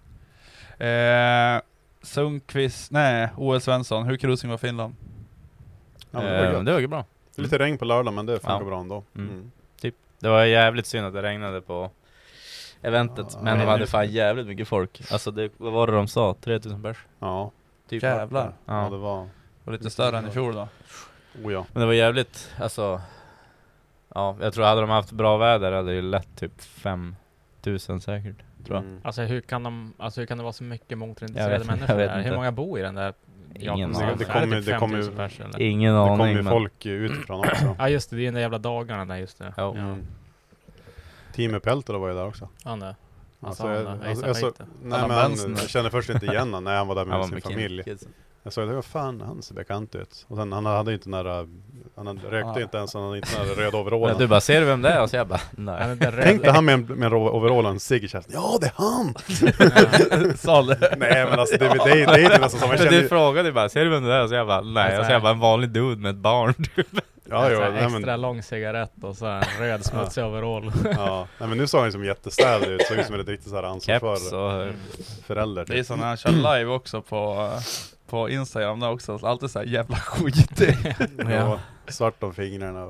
Sundqvist, OL Svensson. Hur cruising var Finland? Ja, det var bra. Lite regn på lördag, men det funkar bra ändå. Typ. Det var jävligt synd att det regnade på eventet. Men de hade fan jävligt mycket folk. Alltså vad var det de sa? 3000 pers? Ja. Typ jävlar. Ja, det var lite större än i fjol då. Ja. Men det var jävligt, alltså... Ja, jag tror hade de haft bra väder hade det ju lätt typ 5000 säkert, tror jag. Alltså hur kan det vara så mycket motorintresserade människor där? Hur många bor i den där? Ingen aning. Det kommer ju folk utifrån också. Ja just det, det är den där jävla dagarna där just det. Ja. Team Peltor var ju där också. Han där. Jag känner först inte igen han när han var där med sin familj. Jag sa, vad fan, han ser bekant ut. Och sen, han hade inte nära, han rökte inte ens, han hade inte nära röd overall. Ja, du bara, ser du vem det är? Och så jag bara, nej. Tänkte han med en overall och en cigg i käften. Ja, det är han! Nej, men alltså det är inte nästan som man Men känner. du frågade bara, ser du vem det är? Och så jag bara, nej. Och så jag bara, en vanlig dude med ett barn. Ja, en nej, extra men, lång cigarett och så en röd smutsig overall. ja, nej, men nu såg han som jättestädad ut. Såg ut som ett riktigt så här ansvar Keps för och... förälder. Det är Typ. som när han kör live också på Instagram där också. Alltid så här jävla skit. Ja, svart om fingrarna.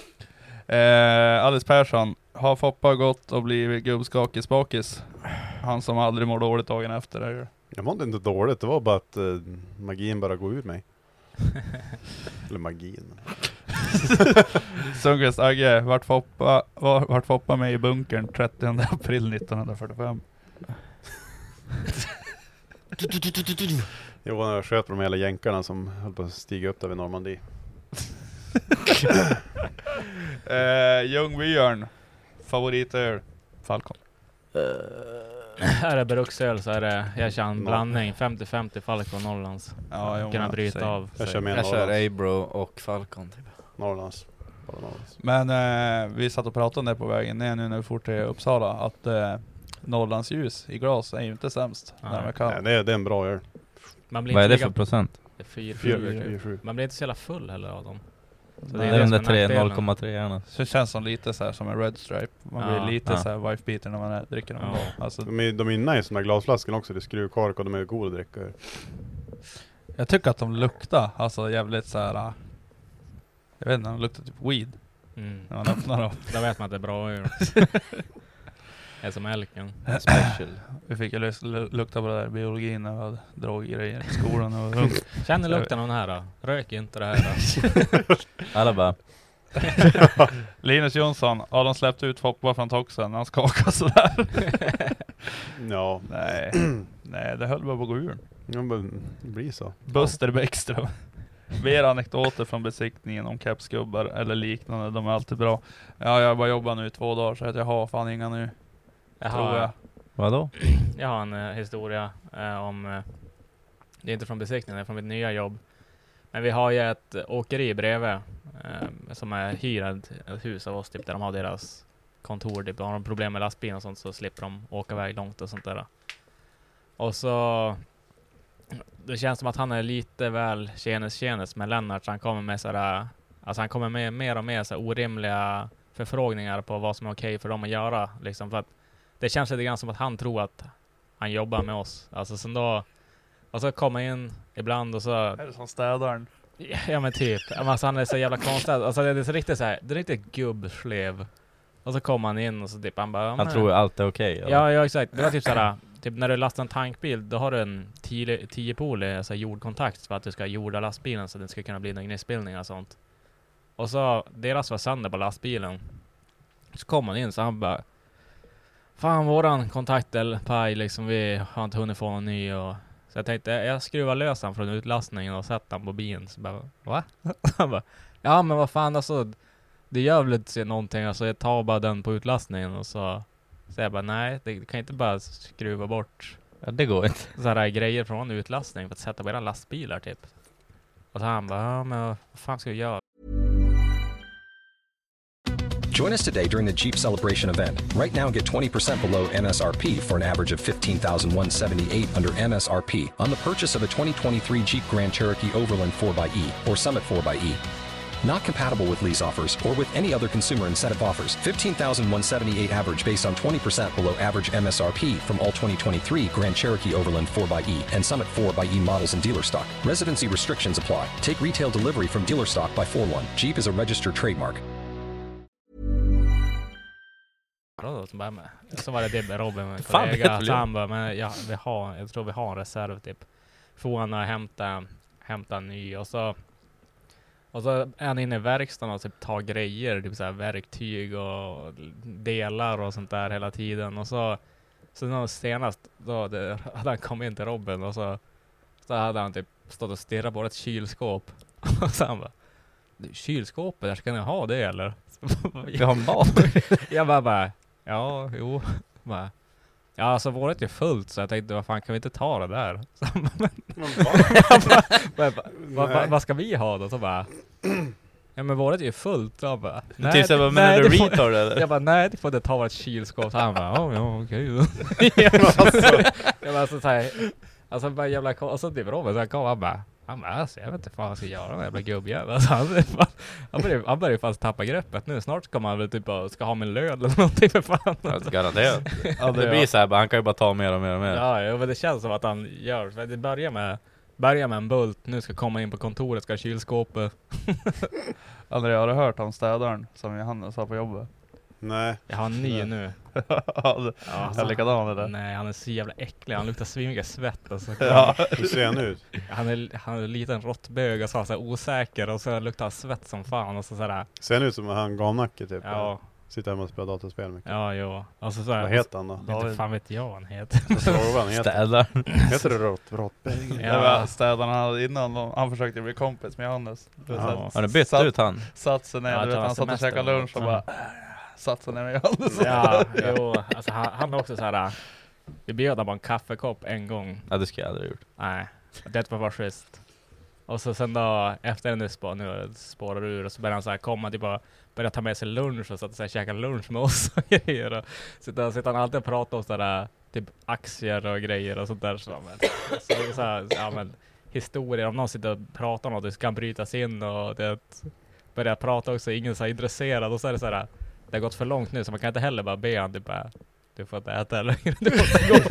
Alice Persson. Har Foppa gått och blivit gubbskakig spakis? Han som aldrig mår dåligt dagen efter. Eller? Jag mådde inte dåligt, det var bara att magin bara går ur mig. Eller magin. Sundqvist Agge, vart Foppa med i bunkern 30 april 1945? Jo, när jag sköt på de hela jänkarna som höll på att stiga upp där vid Normandie. Ljungbjörn, favoritöl, Falcon. Är det bruksöl så är det, jag kör en blandning 50-50 Falcon Norrlands. Ja, jo, Kunna bryta säg. av. Jag kör med Jag kör Norrlands. Abro och Falcon typ. Norrlands. Bara Norrlands. Men vi satt och pratade om det på vägen ner nu när vi får till Uppsala, att Norrlands ljus i glas är ju inte sämst. Nej. När man kan. Nej, det är en bra öl. Man blir Vad är inte det för procent? 4. Man blir inte så jävla full heller av dem. Så Det är de som där är nackdelen. 0,3-arna. Så det känns som lite så här som en Red Stripe. Man Ja. blir lite Ja. så här wife-beater när man dricker dem. Ja. Alltså, De är nice, de där glasflaskorna också. Det är skruvkork och de är goda att dricka. jag tycker att de luktar alltså jävligt så här. Jag vet inte, de luktar typ weed när man öppnar dem. Då vet man att det är bra öl. Det är som Elken. Special. Vi fick ju lukta på det där biologin när vi hade droggrejer i skolan. Och Känner lukten av den här då? Rök inte det här då? Alla bara, Linus Jonsson, har de släppt ut Foppa från Toxen när han skakar sådär? Ja, Nej, det höll bara på att gå ur. det blir så. Buster Bäckström. Mer anekdoter från besiktningen om kepsgubbar eller liknande, de är alltid bra. Ja, jag bara jobbar nu i 2 dagar så att jag har fan inga nu, tror jag. vadå? Jag har en historia om, det är inte från besiktningen, det är från mitt nya jobb. Men vi har ju ett åkeri bredvid som är hyrat ett hus av oss typ, där de har deras kontor. Typ. Har de problem med lastbilen och sånt så slipper de åka iväg långt och sånt där. Och så det känns som att han är lite väl tjenes med Lennart. Så han kommer med sådär, alltså han kommer med mer och mer så orimliga förfrågningar på vad som är okej för dem att göra. Liksom, för att det känns lite grann som att han tror att han jobbar med oss. Alltså sen då, och så kommer in ibland och så... Är det som städaren? Ja men typ. Alltså han är så jävla konstig. Alltså det är så riktigt så här, det är riktigt gubbslev. Och så kommer han in och så typ han bara... Han tror allt är okej. Ja exakt. Det var typ såhär, typ när du lastar en tankbil, då har du en 10-polig alltså jordkontakt för att du ska jorda lastbilen så att det ska kunna bli någon gnissbildning och sånt. Och så deras var sönder på lastbilen. Så kom han in så han bara... Fan, våran kontaktelpaj liksom, vi har inte hunnit få någon ny och... Så jag tänkte, jag skruvar lös han från utlastningen och sätter han på bilen. Så bara, va? Han bara, ja men vad fan alltså, det gör väl inte någonting, alltså jag tar bara den på utlastningen och så jag bara, nej, det kan inte bara skruva bort Ja, det går inte. sådana grejer från utlastning för att sätta på era lastbilar typ. Och så han bara, ja men vad fan ska jag göra? Join us today during the Jeep Celebration event. Right now, get 20% below MSRP for an average of $15,178 under MSRP on the purchase of a 2023 Jeep Grand Cherokee Overland 4xE or Summit 4xE. Not compatible with lease offers or with any other consumer incentive offers. $15,178 average based on 20% below average MSRP from all 2023 Grand Cherokee Overland 4xE and Summit 4xE models in dealer stock. Residency restrictions apply. Take retail delivery from dealer stock by 4/1. Jeep is a registered trademark. Så var det med Robin, med Fan, kollega. vet Så han bara, men ja, jag tror vi har en reserv typ. Får han och hämta en ny och så är han inne i verkstaden och typ tar grejer, typ så här verktyg och delar och sånt där hela tiden. Och så senast då hade han kommit in till Robin och så hade han typ stått och stirrat på ett kylskåp. Och så han bara, kylskåpet, där ska ni ha det eller? Vi har mat. Jag bara, ja, jo. Bara, Ja, alltså våret är fullt så jag tänkte, vad fan kan vi inte ta det där? Så, vad ska vi ha då? Så bara, ja men våret är ju fullt. Så bara, nej, typ såhär, men är det retard eller? Jag bara, nej det får inte ta vårt kylskåp. Så han bara, ja okej då. Jag bara, alltså såhär, alltså bara jävla, och så typ Robin så han kom, han bara, alltså, jag vet inte vad jag ska göra med jävla gubbjävel. Alltså, han börjar fast tappa greppet nu. Snart ska man väl typ ska ha min lön eller någonting för fan. Alltså, garanterat. Ja, det blir så här, han kan ju bara ta mer och mer och mer. Ja, men det känns som att han gör. För det börjar med en bult. Nu ska komma in på kontoret, ska ha kylskåpet. Aldrig har du hört om städaren som Johannes har på jobbet? Nej. Jag har en ny nu. Är likadan eller? Nej, han är så jävla äcklig. Han luktar svinmycket svett. Alltså. Ja. Hur ser han ut? Han är en liten råttbög och så här osäker. Och så luktar han svett som fan. Och sådär. Ser han ut som han gamnacke typ? Ja. Sitter hemma och spelar dataspel mycket. Ja, jo. Alltså, såhär, vad heter han då? Inte fan vet jag vad han heter. Han heter. Städaren. Heter det råttbög? Ja. Städarna hade innan, han försökte bli kompis med Johannes. Ja. Har du bytt ut han? Satt sig ner, Ja, du vet, han satt och käkade lunch och bara satt sig ner med Johannes. Ja, jo. Alltså, han är också såhär. Vi bjöd bara en kaffekopp en gång. Ja, det ska jag aldrig gjort. Nej, det var bara schysst. Och så sen då, efter nu spårar ur och så börjar han så här komma till bara börja ta med sig lunch och så att käka lunch med oss och grejer. Och sitter han alltid och pratar om sådär typ aktier och grejer och sånt där. Så här, ja men historier, om någon sitter och pratar om något, det ska brytas in och det börjar prata också, ingen så här intresserad och så är det så här, det har gått för långt nu så man kan inte heller bara be han typ bara, du får inte äta eller du måste gå.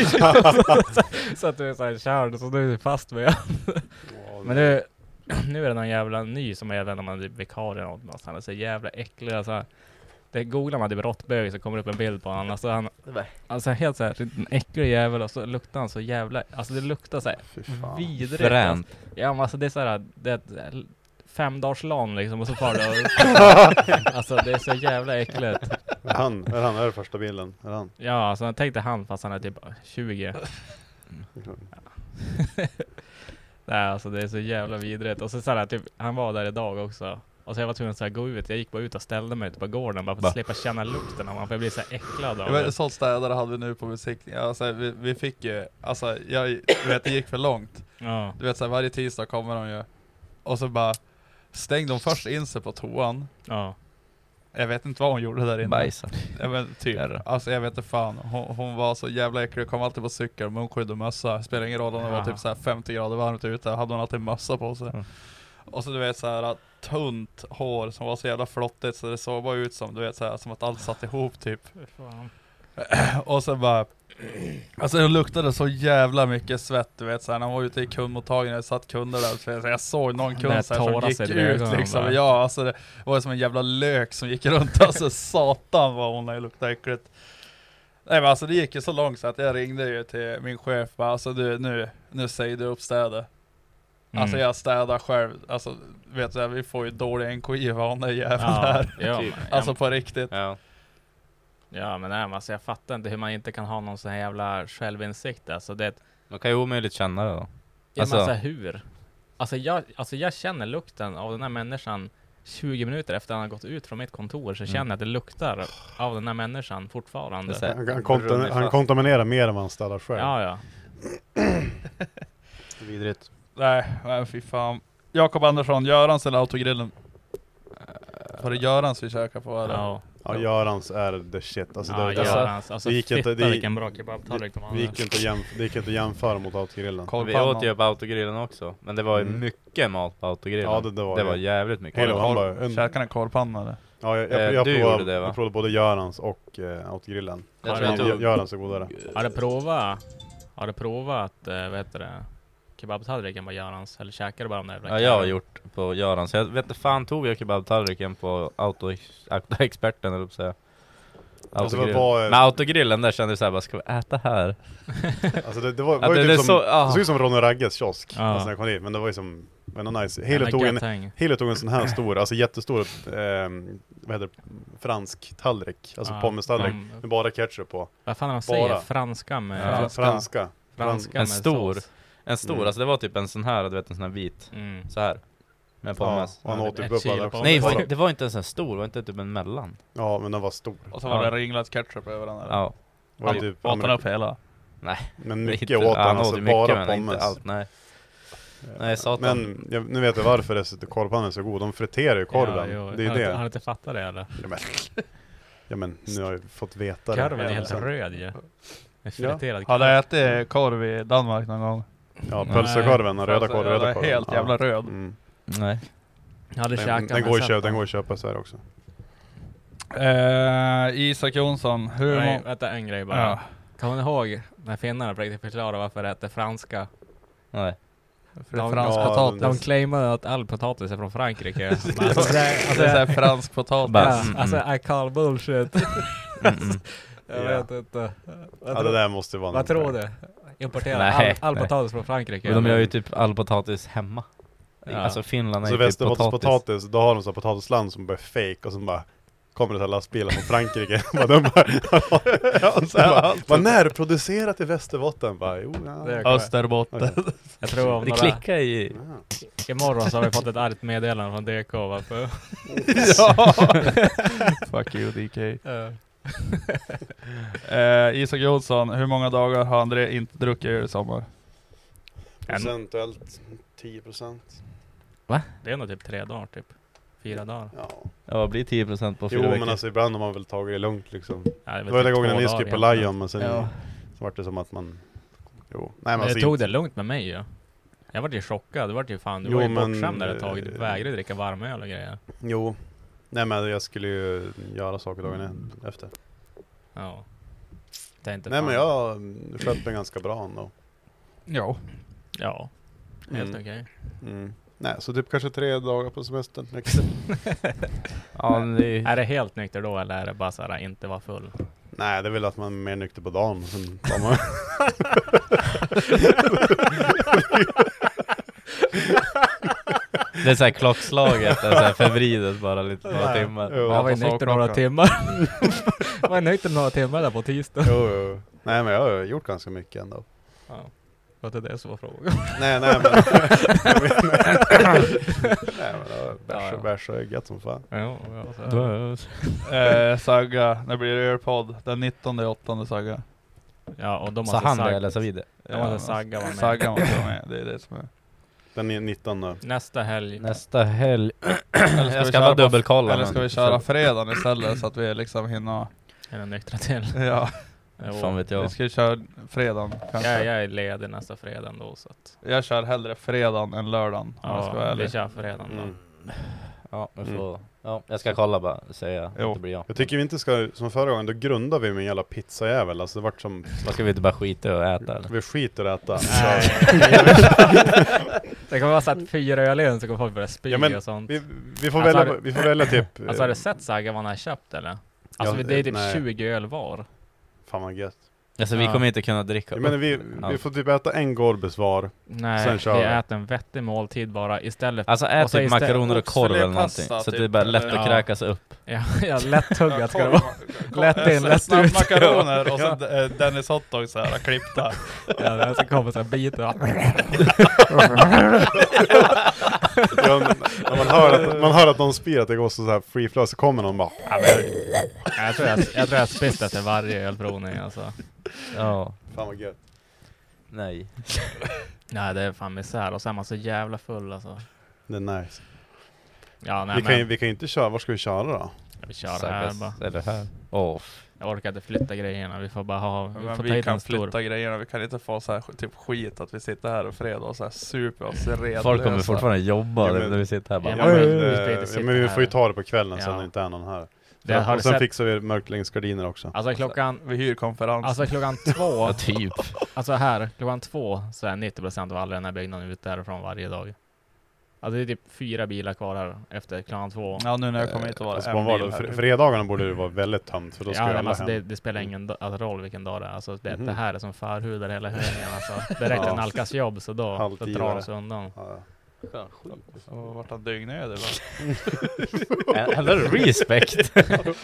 Så att du är så här kärd så nu är du fast med men nu är det någon jävla ny som är när man är vikarie eller något. Han är så jävla äcklig. Alltså, det googlar man typ råttbög så kommer upp en bild på honom. Alltså helt så här en äcklig jävel och så luktar han så jävla. Alltså det luktar så här vidrigt. Fränt. Ja men alltså det är så här, det är ett 5-dagslån liksom och så far det och, alltså det är så jävla äckligt. Är det första bilden? Är han? Ja alltså jag tänkte han fast han är typ 20. Nej, alltså det är så jävla vidrigt. Och så såhär, typ, han var där idag också. Och så jag var tvungen att gå ut. Jag gick bara ut och ställde mig ute på gården bara för att slippa känna lukten av man. För jag blir så här äcklad av det. Sånt städare hade vi nu på besiktning. Alltså, vi fick ju, alltså jag vet det gick för långt. Ja. Du vet så här, varje tisdag kommer de ju. Och så bara stängde de först in sig på toan. Ja. Jag vet inte vad hon gjorde där inne. Bajsa. Ja, men typ. Alltså jag vet inte fan. Hon var så jävla äcklig. Kom alltid på cykel, munskydd och mössa. Spelar ingen roll om det var typ så här 50 grader varmt ute. Hade hon alltid mössa på sig. Och så du vet så här tunt hår som var så jävla flottigt så det såg bara ut som du vet så här, som att allt satt ihop typ. Och så bara alltså det luktade så jävla mycket svett du vet så här, när man var ute i kundmottagningen och satt kunder där så jag såg någon kund så här, som gick ut liksom. Ja alltså det var som en jävla lök som gick runt alltså satan vad hon luktade äckligt. Nej men alltså det gick ju så långt så att jag ringde ju till min chef bara, alltså du nu säger du upp städet. Alltså jag städar själv. Alltså vet du, vi får ju dålig NKI av den där jäveln här. Ja, alltså på riktigt. Ja men nej, alltså jag fattar inte hur man inte kan ha någon sån här jävla självinsikt. Alltså det Man kan ju omöjligt känna det då. Ja men alltså hur? Alltså jag känner lukten av den här människan 20 minuter efter han har gått ut från mitt kontor så känner jag att det luktar av den här människan fortfarande. Han kontaminerar mer än vad han ställer själv. Ja. Vidrigt. Nej, fy fan. Jakob Andersson, Görans eller Autogrillen? Var det Görans vi käkar på eller? Ja, Görans är the shit. Alltså, Görans. Alltså det gick inte, vilken bra kebabtallrik de hade. Det gick inte att jämföra mot Autogrillen. Vi åt ju på Autogrillen också. Men det var ju mycket mat på Autogrillen. Ja, det var jävligt mycket. Käkade en korvpanna eller? Ja, jag provade både Görans och Autogrillen. Görans är godare. Har du provat vad heter det? Kebabtallriken på Görans eller käkade bara om det? Ja, jag har gjort på Görans. Jag vet inte fan tog jag kebabtallriken på Autoexperten eller så. Men Autogrillen där kände jag så här, vad ska vi äta här? Alltså det var ju typ det såg ut som Ronny Ragges kiosk alltså när jag kom dit, men det var ju som nice. Hela tog en sån här stor, alltså jättestor vad heter det? Fransk tallrik, alltså pommes-tallrik med bara ketchup på. Vad fan man säger? Franska med franska en stor. En stor, alltså det var typ en sån här, du vet en sån här vit. Så här. Med pommes. Ja, han åt typ upp nej, det var inte en sån här stor, det var inte typ en mellan. Ja, men den var stor. Och så var det ringlat ketchup över den där. Ja. Var det typ Åt han upp hela? Nej. Men mycket Inte- åt han, han alltså åt mycket, bara men pommes. inte allt, nej. Nej, satan. Men nu vet jag varför korvpannan är så god. De friterar ju korven. Ja, det är har det. Har du inte fattat det eller? Ja men nu har jag fått veta Korven är det. helt röd ju. En friterad Har du ätit korv i Danmark någon gång? Ja, pölsekorven och röda korv, röda Den korv. är helt jävla röd. Mm. Nej. Jag hade käkat Den men går att köpa så här också. Isak Jonsson, hur Nej, vänta en grej bara. Ja. Kommer ni ihåg när finnarna försökte förklara varför det heter franska? Nej. För det är De- fransk ja, potatis. De claimade att all potatis är från Frankrike. Det är såhär fransk potatis. Bara, Ja, alltså I call bullshit. Jag Ja. vet inte. Ja, det där måste vara Vad tror du? Importera Nej, all nej. potatis från Frankrike? Men de eller? gör ju typ all potatis hemma. Ja. Alltså Finland är Så ju typ Västerbottenspotatis, då har de så potatisland som bara är fake och så bara kommer det så här lastbilar från Frankrike. Bara, de bara, och så bara, vad närproducerat i Västerbotten? Bara, jo, ja. Det är Österbotten. Okej. Jag tror om Det några, klickar i... imorgon så har vi fått ett argt meddelande från DK. Varför? Ja. Fuck you DK. Isak Jonsson, hur många dagar har André inte druckit i sommar? Procentuellt 10%. Det är nog typ 3 dagar typ. 4 dagar. Ja. Ja, vad blir 10% på 4 Jo, veckor? men alltså ibland har man väl tagit det lugnt liksom. Ja, Det var den gången typ jag 2 nyss på dagar Lion, men sen Ja. så var det som att man... Jo. Nej, Men alltså jag tog inte- det lugnt med mig ju. Jag var ju chockad. Det var ju fan, du Jo, var ju men, bortskämd där ett tag. Du vägrade dricka varmöl och grejer. Jo. Nej, men jag skulle ju göra saker dagen efter. Ja. Det är inte Nej, fan. men jag sköt mig ganska bra ändå. Ja. Ja, helt Mm. okej. Mm. Nej, så typ kanske 3 dagar på semestern. Extra. Ja, men det är... Är det helt nykter då eller är det bara såhär inte vara full? Nej, det är väl att man är mer nykter på dagen. Sen tar man... Det är såhär klockslaget, det är såhär förvridet bara lite några timmar. Jo. Jag var ju på nykter några sakklockan. timmar. Jag var nykter några timmar där på tisdag. Jo. Nej, men jag har gjort ganska mycket ändå. Ja. Vad är det som var frågan? Nej, men... Nej, men bärs och gött som fan. Ja, så. Sagga, när blir det ölpodd? Den 19/8 Sagga. Ja, och de Så måste han det Sagga. eller så vidare. De måste Sagga vara med. Sagga måste vara med, det är det som är. Den är 19 då. Nästa helg. Nästa helg. Eller Jag vi ska köra bara på- dubbelkolla. Eller ska vi köra fredagen istället så att vi liksom hinner... Är den nyktra till? Ja, Jo. Fan vet jag. vi ska köra fredagen kanske. Jag är ledig nästa fredag då så att... Jag kör hellre fredagen än lördagen om jag ska vara Ja, vi ärlig. kör fredagen då. Mm. Ja, vi får... Ja, jag ska kolla bara, säga Jo. att det blir jag. Jag tycker vi inte ska, som förra gången, då grundar vi med en jävla pizzajävel. Alltså det vart som, Vad ska vi inte bara skita och äta eller? vi skiter att äta. Nej. Det kommer vara så att 4 öl in så kommer folk börja spy Ja, men och sånt. Vi får Alltså, välja, har vi får välja typ... Alltså har du sett Sagga vad han har köpt eller? Alltså Ja, det är typ nej. 20 öl var. Fan vad gött. Alltså vi Ja. kommer inte kunna dricka Jag menar vi får typ äta en Gorbis var. Nej, Sen kör vi vi. äter en vettig måltid bara istället. Alltså Och ät så typ istället- makaroner och korv eller oxfilépasta någonting. Så att typ, det är bara lätt eller? att Ja. kräkas upp. Ja, lätt tuggat ska det vara. Lätt in, lätt ut. Snabbmakaroner och så Dennis hotdog så här klippta. Ja, det ska komma så här bitar. Ja, men när man hör att någon spyr att det går så här free flow, så kommer någon bara... Ja, men jag tror jag spist efter varje ölprovning alltså. Ja. Fan vad gött. Nej. Nej, det är fan misär. Och så är man så jävla full alltså. Det är nice. Ja, nej Vi kan ju inte köra, var ska vi köra då? vi kör här bara. Eller här. Åh. Jag orkar inte flytta grejerna. Vi får bara ha... Vi Men får ta vi hit kan en stor... flytta grejerna, vi kan inte få så här typ skit att vi sitter här och fredag och så här super oss redlösa. Folk kommer fortfarande jobba Ja, men- när vi sitter här bara. Ja, Ja, men- men, vi ska inte sitta men vi får ju här. ta det på kvällen Ja. sen det inte är någon här. Det har och du sen sett? fixar vi mörkläggningsgardiner också. Alltså klockan... Vi hyr konferens. Alltså klockan 2... Ja, typ. Alltså här, klockan 2 så är 90% av alla den här byggnaden ut därifrån varje dag. Alltså det är typ 4 bilar kvar här efter klockan 2. Ja, nu när jag kommer hit och var Alltså, det på en var bil det, här. fredagarna borde det vara väldigt tömt för då ska Ja, ju men alla alltså hem. det spelar ingen roll vilken dag det är. Alltså det Mhm. här är som förhudar hela högen. Alltså, direkt Ja. att nalkas jobb så då Halv drar 10 de sig undan. Ja. Och vart han dygnödig va? Ändå respekt.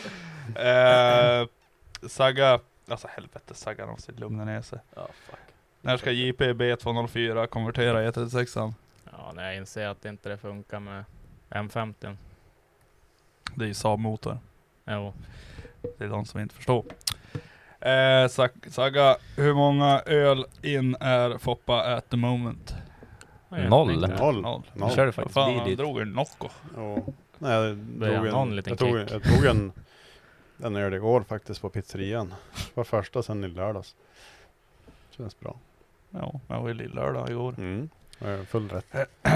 Sagga, alltså helvete, Sagga måste lugna ner sig. Ja, fuck. När ska JP B204 konvertera E36an? Ja, när jag inser att det inte funkar med M50. Det är ju Saab-motor. Jo. Det är de som inte förstår. Saga, hur många öl in är Foppa at the moment? Noll. Noll. Kör det faktiskt. Fan, han Billigt. drog en Nocco. Ja. Nej, jag Börjar drog någon liten jag tog en öl igår faktiskt på pizzerian. Var första sen i lördags. Känns bra. Ja, jag var ju lillördag igår. Full rätt.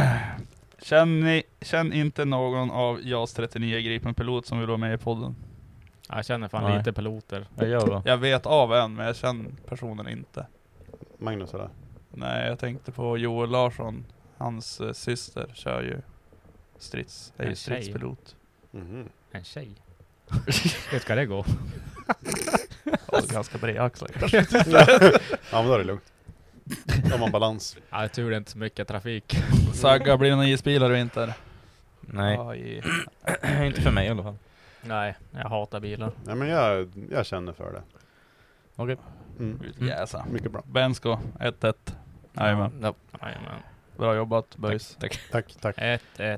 Känn inte någon av JAS 39 Gripen pilot som vill vara med i podden. Jag känner fan Nej. lite piloter. Jag gör då. Jag vet av en, men jag känner personen inte. Magnus är det. Nej, jag tänkte på Joel Larsson. Hans syster kör ju är ju En tjej. stridspilot. En tjej. Hur ska det gå? Ja, ganska bred axlar. Ja, men då är det lugnt. Då har man balans. Ja, jag tror det är inte så mycket trafik. Sagga, blir det någon isbilar i vinter? Nej, Aj. inte för mig i alla fall. Nej, jag hatar bilar. Nej, men jag känner för det. Okej. Jäsa. Mycket bra. Bensko, 1-1. Jajamän. Ja. Jajamän. Bra jobbat, boys. Tack. 1-1.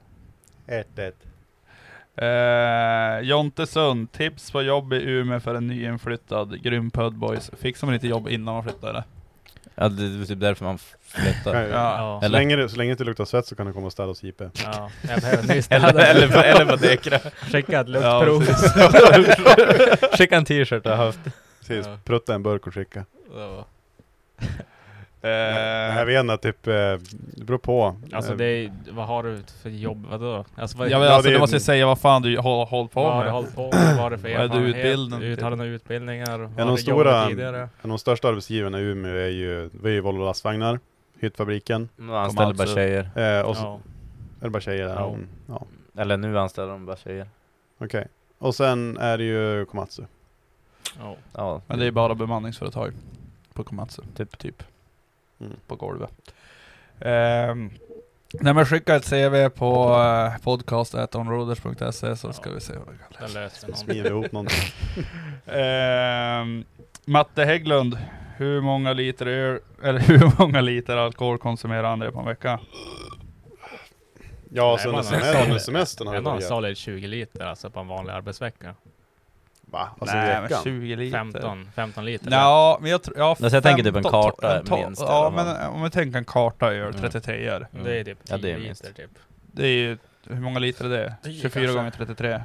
1-1. Jontesund, tips på jobb i Umeå för en nyinflyttad grym pud boys. Fixar man inte jobb innan man flyttar eller? Ja, det är typ därför man flyttar. Ja. Ja. Så länge det inte luktar svett så kan du komma och städa hos JP. Ja, jag behöver nyss eller på dekra. skicka ett luktprov. Skicka en t-shirt jag har haft. Precis, Ja. prutta en burk och skicka. Ja. Jag vet inte, typ, det beror på. Alltså det är, vad har du för jobb? Vadå? Alltså, vad, Ja, men Ja, alltså, det är- du måste säga vad fan du har hållit på vad har du med. hållit på med? Vad har du för Vad är du erfarenhet? utbildad? Har du några utbildningar? Vad de har du stora- jobbat tidigare? En av de största arbetsgivarna i Umeå är ju Volvo lastvagnar, hyttfabriken. Nu anställer bara tjejer. Och så, Ja. är det bara tjejer där? Ja. Ja. Eller nu anställer de bara tjejer. Okej. Och sen är det ju Komatsu. Ja. Ja, Men det är bara bemanningsföretag på Komatsu. Typ. Mm. På golvet. När man skickar ett CV på podcast@onroaders.se så ska vi se vad det kan Den läsa. löser någon. Smider ihop någonting. Matte Hägglund, hur många liter alkohol konsumerar André på en vecka? Ja, Nej, så man under har- semestern har Jag vi har en börjat. solid 20 liter alltså på en vanlig arbetsvecka. Va? Alltså i Nej, men veckan? 20 liter. 15 liter. Ja, men jag tror... Ja, Alltså, jag tänker typ en 15 karta minst i Ja, alla fall. men om vi tänker en karta öl, 33 er. Det är typ 10 Ja, det är liter minst. typ. Det är ju... Hur många liter är det? 10 24 kanske. gånger 33.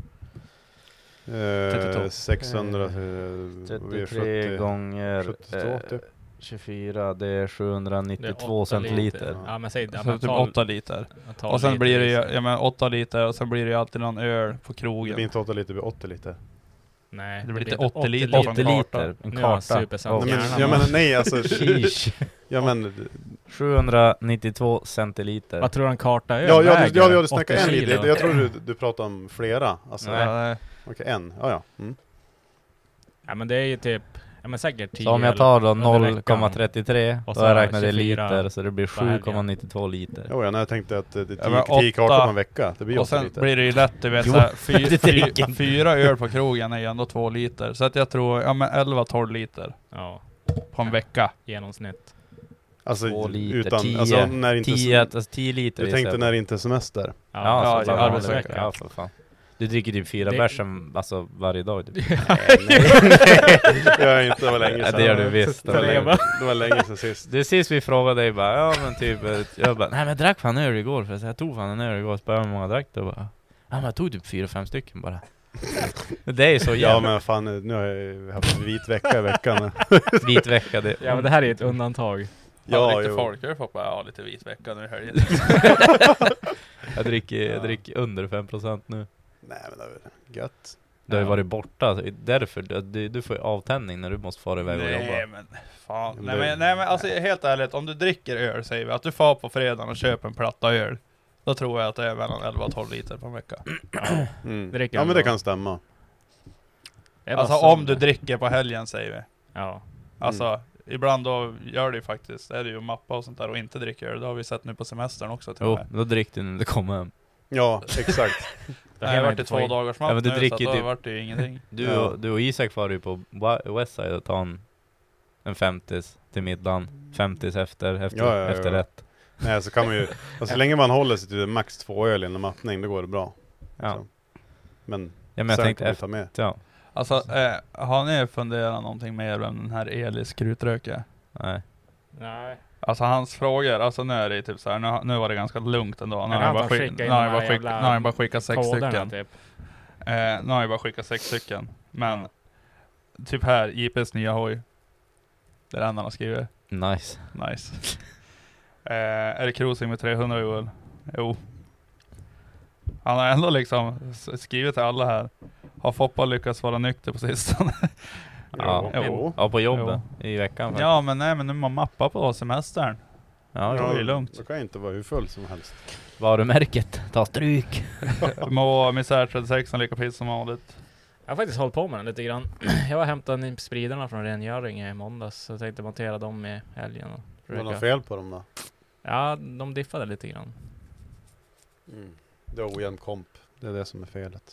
32. 600... vi är 33 70 gånger 72 typ. 24, det är Det är 792 8 centiliter. Ja, men säg Så typ 8 liter. 12 Och sen liter blir det ju, liksom. ja men 8 liter och sen blir det ju alltid någon öl på Det krogen. blir inte 8 liter, det blir 80 liter. Nej, Det blir inte inte 80 liter. 80 på en liter, en Nu har han karta. supersant. Nej, men, Gärna jag man. menar nej alltså. Sheesh. Ja men 792 centiliter. Vad tror du en karta är? du snackar 80 en liter. kilo. Jag tror du pratar om flera. Alltså, Nej. okej, en. Ja. Mm. Ja men det är ju typ, ja men säkert 10. Så om jag tar då under veckan. 0,33 Och då så har jag räknat i 24 liter så det blir på helgen. 7,92 liter. Jo, jag tänkte att det Ja, men är 10 kartor åtta- på en vecka. Det blir Och 8 sen liter. blir det ju lätt, du vet Jo, såhär, det dricker inte. 4 öl på krogen är ju ändå 2 liter. Så att jag tror, ja men 11-12 liter Ja, på en vecka. genomsnitt. Alltså 2 liter, utan, 10, alltså när inte 10 liter. jag tänkte när det inte är semester. Ja, Ja, så ja, fan, arbetsvecka. Ja, för fan. Du dricker typ 4 Det- bärs alltså varje dag typ. Nej, jag är inte, det var länge Ja, sedan. det gör du visst. Det var länge sedan sist. Det sist vi frågade dig bara, ja men typ, jag bara, nej men jag drack fan öl igår för jag tog fan en öl igår, så bara, hur många drack du? Bara, ja men jag tog typ 4-5 stycken bara. Det är så Ja jävla men fan, nu har jag haft en vit vecka i veckan. vit vecka. Det. Ja men det här är ett undantag. Ja, jo. lite folköl Foppa, ja lite vit vecka nu i helgen. Jag dricker under 5% nu. Nej men det är väl gött. Du har ju Ja. varit borta, så därför du får ju avtändning när du måste fara iväg och Nej jobba. men fan. Men Nej men alltså helt ärligt, om du dricker öl säger vi, att du far på fredagen och köper en platta öl. Då tror jag att det är mellan 11 och 12 liter på en vecka. Mm. Det räcker Ja men ändå. det kan stämma. Det är Alltså bara om sån- du dricker på helgen säger vi. Ja. Alltså ibland då gör det ju faktiskt, det är det ju mappa och sånt där och inte dricker öl. Det har vi sett nu på semestern också till och Jo, med. då dricker du när du kommer hem. Ja, exakt. Då Nej, är jag man har varit inte i 2 två- dagars Ja, men mapp du nu så dricker att då typ- vart det ju ingenting. Du och Isak var ju på Westside och tar en 50s till middagen. 50s efter Ja. efterrätt. Nej så kan man ju, alltså, så länge man håller sig till max 2 öl innan mappning, då går det bra. Ja. Så. Men Ja, men jag sen tänkte kan vi efter, ta med. ja. Alltså, har ni funderat någonting mer om den här Elis krutröke? Nej. Nej. Alltså hans frågor, alltså nu är det typ så här, nu var det ganska lugnt ändå. Nu har jag bara skickat 6 stycken. Typ. Nu har jag bara skickat 6 stycken. Men typ här, JPs nya hoj. Det är det enda han har skrivit. Nice. Är det cruising med 300 Joel? Jo. Han har ändå liksom skrivit till alla här. Har Foppa lyckats vara nykter på sistone? Ja, Jo. ja på jobbet i veckan. Faktiskt. Ja, men nej, men nu man mappar på semestern. Ja, det är ju lugnt. Det kan inte vara hur full som helst. Varumärket, ta stryk. Må misär 36 lika piss som vanligt. Jag har faktiskt hållit på med den lite grann. Jag var hämtat in spridarna från rengöring i måndags. Så jag tänkte montera dem i helgen. Var det något fel på dem då? Ja, de diffade lite grann. Det är ojämn komp. Det är det som är felet.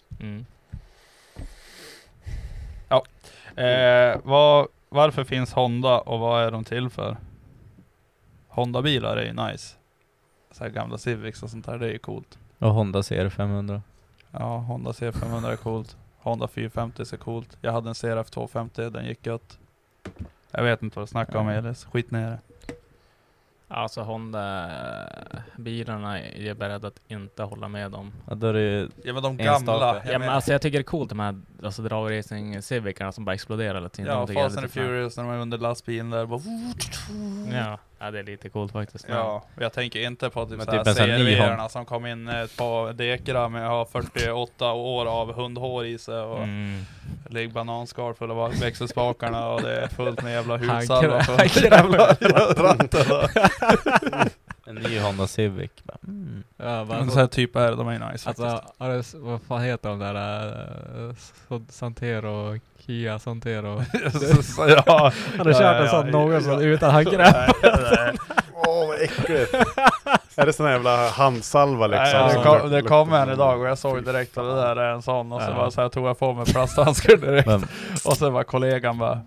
Varför finns Honda och vad är de till för? Honda-bilar är ju nice. Så här gamla Civics och sånt där, det är ju coolt. Och Honda CR500. Ja, Honda CR500 är coolt. Honda 450 är coolt. Jag hade en CRF 250, den gick gött. Jag vet inte vad du snackar om, Elis. Skit ner det. Alltså Honda-bilarna är jag beredd att inte hålla med om. Ja, då är det Ja, men de gamla. Ja, men alltså jag tycker det är coolt de här alltså dragracing Civicarna som bara exploderar hela tiden. Ja, De Fast and Furious när de är under lastbilen där. Bara... Ja, det är lite coolt faktiskt. Ja, jag tänker inte på typ Men såhär typ en sån här ny CRV-erna som kom in på Dekra med att ha 48 år av hundhår i sig och ligger bananskal full av växelspakarna och det är fullt med jävla hudsalva på ratten. en ny Honda Civic. Ja, Men så här typ är de är nice alltså, vad fan heter de där Santero, Kia Santero? Ja, Han har kört en sån någon utan handgrepp. Åh, vad äckligt. Är det sån här jävla handsalva liksom? Nej, det kom en idag och jag såg direkt att det där är en sån och så bara så här tog jag på mig plasthandskar direkt. Och så var kollegan bara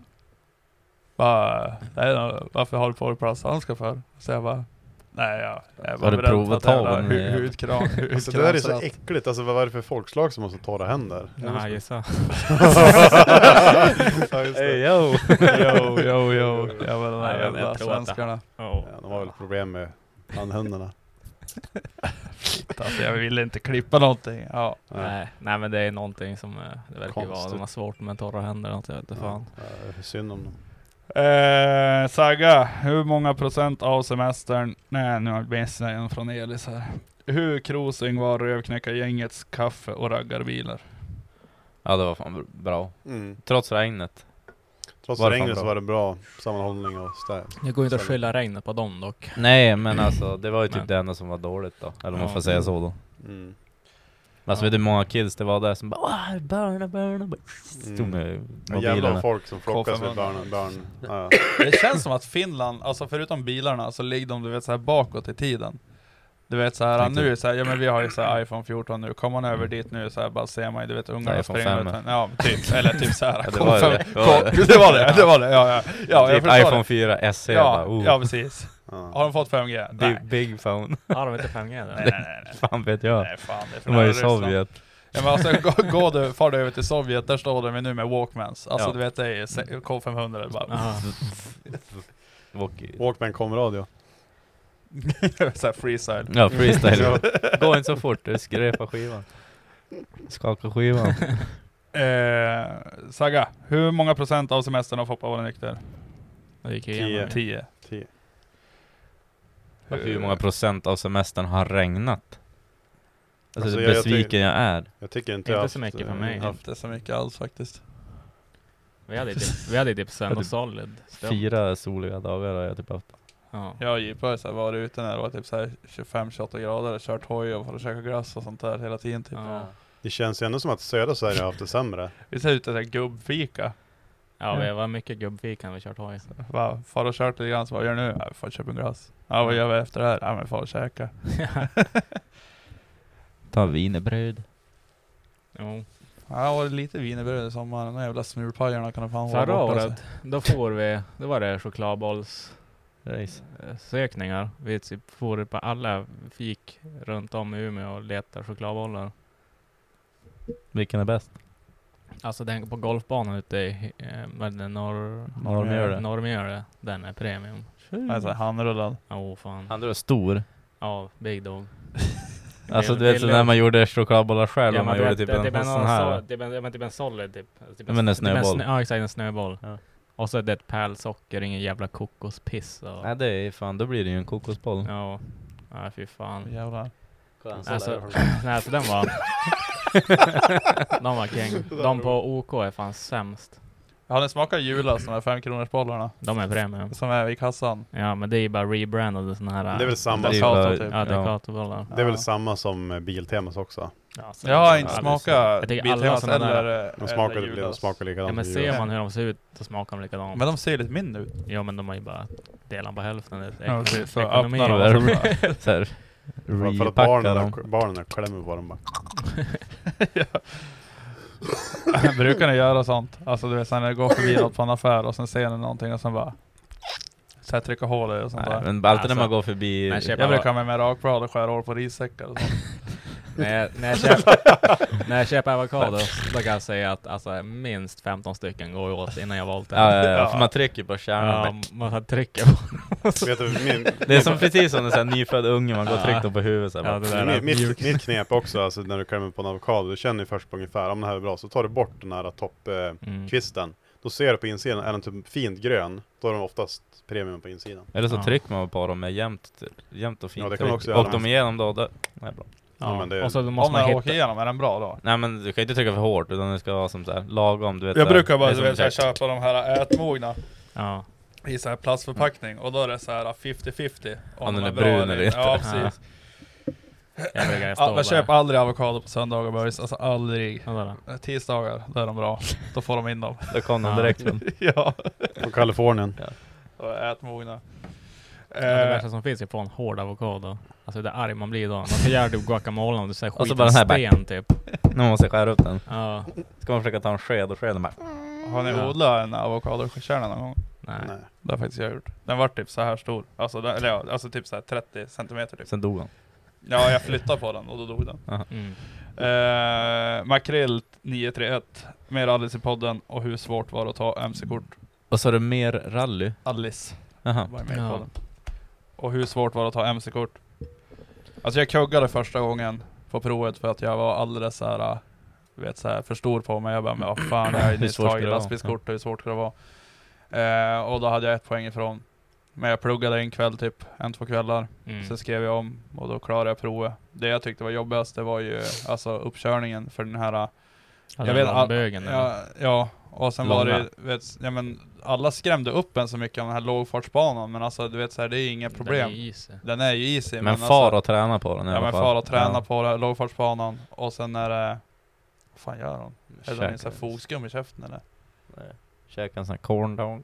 varför har du på dig plasthandskar för? Så jag bara nej, jag var du provat ta den? Hudkram. Alltså det där är så äckligt. Alltså vad är det för folkslag som har så torra händer? Nej, gissa. Hey, yo. yo. Jag var den här jävla svenskarna. Ja, de har väl problem med handhundarna. Alltså jag ville inte klippa någonting. Ja. Nej, men det är någonting som det verkar vara. De har svårt med torra händer. Jag vet inte fan. Synd om dem. Saga, hur många procent av semestern? Nej, nu har jag en från Elis här. Hur cruising var Rövknäckargängets kaffe och raggarbilar? Ja, det var fan bra. Trots regnet. Trots regnet så var det bra sammanhållning och städ. Det går inte att skylla regnet på dem dock. Nej, men alltså det var ju typ det enda som var dåligt då. Eller om man får säga så då. Alltså vet du hur många kids det var där som bara burna. Stod med jävla folk som flockas med barn. Ja. Det känns som att Finland, alltså förutom bilarna så ligger de, du vet, så här bakåt i tiden. Du vet så här, nu är så här, ja men vi har ju så här iPhone 14 nu. Kommer man över dit nu så här, bara ser man ju, du vet, ungarna springer ut. Ja, typ, eller typ så här. Det var det. Ja, jag typ förstår iPhone 4 SE. Ja, precis. Har de fått 5G? Nej. Big phone. Har de inte 5G? Nej. Fan vet jag. Nej, fan, det är de var i Sovjet. Ja, men alltså, far du över till Sovjet, där står de nu med Walkmans. Alltså du vet, det är K500 bara. Walkman kom radio. Så här freestyle. Ja, freestyle. Gå inte så fort, du skrepa skivan. Skaka skivan. Saga, hur många procent av semestern har Foppa varit nykter? 10. Hur många procent av semestern har regnat? Alltså det besviken jag är. Jag tycker inte så mycket för mig. Inte så mycket alls faktiskt. Vi hade typ sen solid. 4 soliga dagar har jag typ haft. Ja. Jag och Jeppe har varit ute när det var typ 25-28 grader och kört hoj och fått käka glass och sånt där hela tiden typ. Ja. Det känns ju ändå som att södra Sverige har haft det sämre. Vi ser ut att gubbfika. Ja, det var mycket gubbfika när vi kört hoj. Far och kört lite grann, så vad gör nu? Jag får köpa en glass. Ja, vad gör vi efter det här? Ja, men far och käka. Ta wienerbröd. Jo. Ja, var det lite wienerbröd i sommaren. De jävla smulpajarna kan fan förra året, då var det chokladbolls sökningar. Vi typ får på alla fik runt om i Umeå och letar chokladbollar. Vilken är bäst? Alltså den på golfbanan ute i Norrmjöle, den är premium. Alltså handrullad. Fan. Han är stor. Ja, Big Dog. Alltså du vet när man gjorde chokladbollar själv, Ja, man gjorde typ en sån här. Det är typ en solid typ. Men en snöboll. Ja, exakt, en snöboll. Ja. Och så är det ett pärlsocker, ingen jävla kokospiss. Och... Nej, det är fan, då blir det ju en kokosboll. Ja, fy fan. Jävlar. Alltså, nej, så den var... de var king. De på OK är fan sämst. Har ni smakat Julas, de här 5-kronors bollarna? De är premium. Som är i kassan. Ja, men det är bara rebrandade såna här... Det är väl samma det är som, bara- typ. Ja, Decato-bollar. det är väl samma som Biltemas också. Ja, så- Jag har inte Ja, smakat jag tycker alla Biltemas såna där- eller De smakar, eller Julas. likadant. Ja, men som ser Julas. man hur de ser ut, så smakar de likadant. Men de ser lite mindre ut. Ja, men de har ju bara delat på hälften. Det är Ja, precis. Så ekonomi. öppnar de och så bara- Så här, För att repacka dem. barnen klämmer på dem bara. Brukar ni göra sånt? Alltså du vet, sen när det går förbi något på en affär och sen ser ni någonting och sen bara så här trycka hål i och sånt Nej, där. men alltid när Alltså, man går förbi. när jag köper- Jag brukar med rakblad och skära hål på rissäckar och sånt. när jag köper avokado, då kan jag säga att alltså, minst 15 stycken går åt innan jag valt den. Ja, för man trycker på kärnan. Ja, man trycker på. Vet du, Det är som precis som en sån här nyfödd unge, man går och trycker på huvudet så här, Ja, bara. det där mitt knep också, alltså när du klämmer på en avokado, du känner ju först på ungefär om det här är bra, så tar du bort den här toppkvisten. Då ser du på insidan, är den typ fint grön, då är de oftast premium på insidan. Eller så Ja. trycker man på dem med jämnt och fint Ja, det kan man också tryck. göra. Och de igenom då, det är bra. Ja, men det- och så då Om måste man man hitta... åker igenom, är den bra då? Nej men du kan inte trycka för hårt, utan det ska vara som så här lagom, du vet. Jag så här. brukar bara Det är du som vet, så här, så här- köpa de här ätmogna Ja. i så här plastförpackning och då är det så här 50-50. Om den de är bra brun eller inte. Ja, precis. Jag brukar stå Jag köper aldrig avokado på söndagar boys, alltså aldrig. bara... Tisdagar, då är de bra. Då får de in dem. Då kom den Ja. direkt från. Ja, Från Kalifornien. och ätmogna. Det värsta som finns är att få en hård avokado. Alltså det är arg man blir då. Man ska göra typ guacamole om du säger Och så skiten bara den här sten typ. Nu måste jag skära upp den. Ja, Ska man försöka ta en sked och skeden bara. Har ni Ja. odlat en avokadokärna någon gång? nej. Nej. Det har faktiskt jag gjort. Den var typ så här stor. Alltså, eller ja, alltså typ så här 30 centimeter typ. Sen dog han. Ja, jag flyttade på den och då dog den. Mm. Makrill 931. Mer Alice i podden och hur svårt var det att ta MC-kort? Och så är det mer rally. Alice Aha. var med i Ja. podden. Och hur svårt var det att ta MC-kort? Alltså jag kuggade första gången på provet för att jag var alldeles så här, du vet så här för stor på mig. Jag bara, men vad fan, jag har ju Hur nyss svårt ska tagit det vara? lastbilskort, hur svårt ska det vara? Och då hade jag 1 poäng ifrån. Men jag pluggade en kväll typ, 1-2 kvällar. Mm. Sen skrev jag om och då klarade jag provet. Det jag tyckte var jobbigast, det var ju alltså uppkörningen för den här... Alltså, jag vet, landbögen, eller? ja, och sen Långa. var det, vet, ja men alla skrämde upp en så mycket om den här lågfartsbanan, men alltså du vet så här, det är inga problem. Den är easy. Den är ju easy. Men far alltså, och träna på den i ja, alla men fall. far och träna Ja. på det, lågfartsbanan. Och sen är det... Vad fan gör hon? Är det en sån här Käkar. fogskum i käften eller? Käka en sån här corn dog.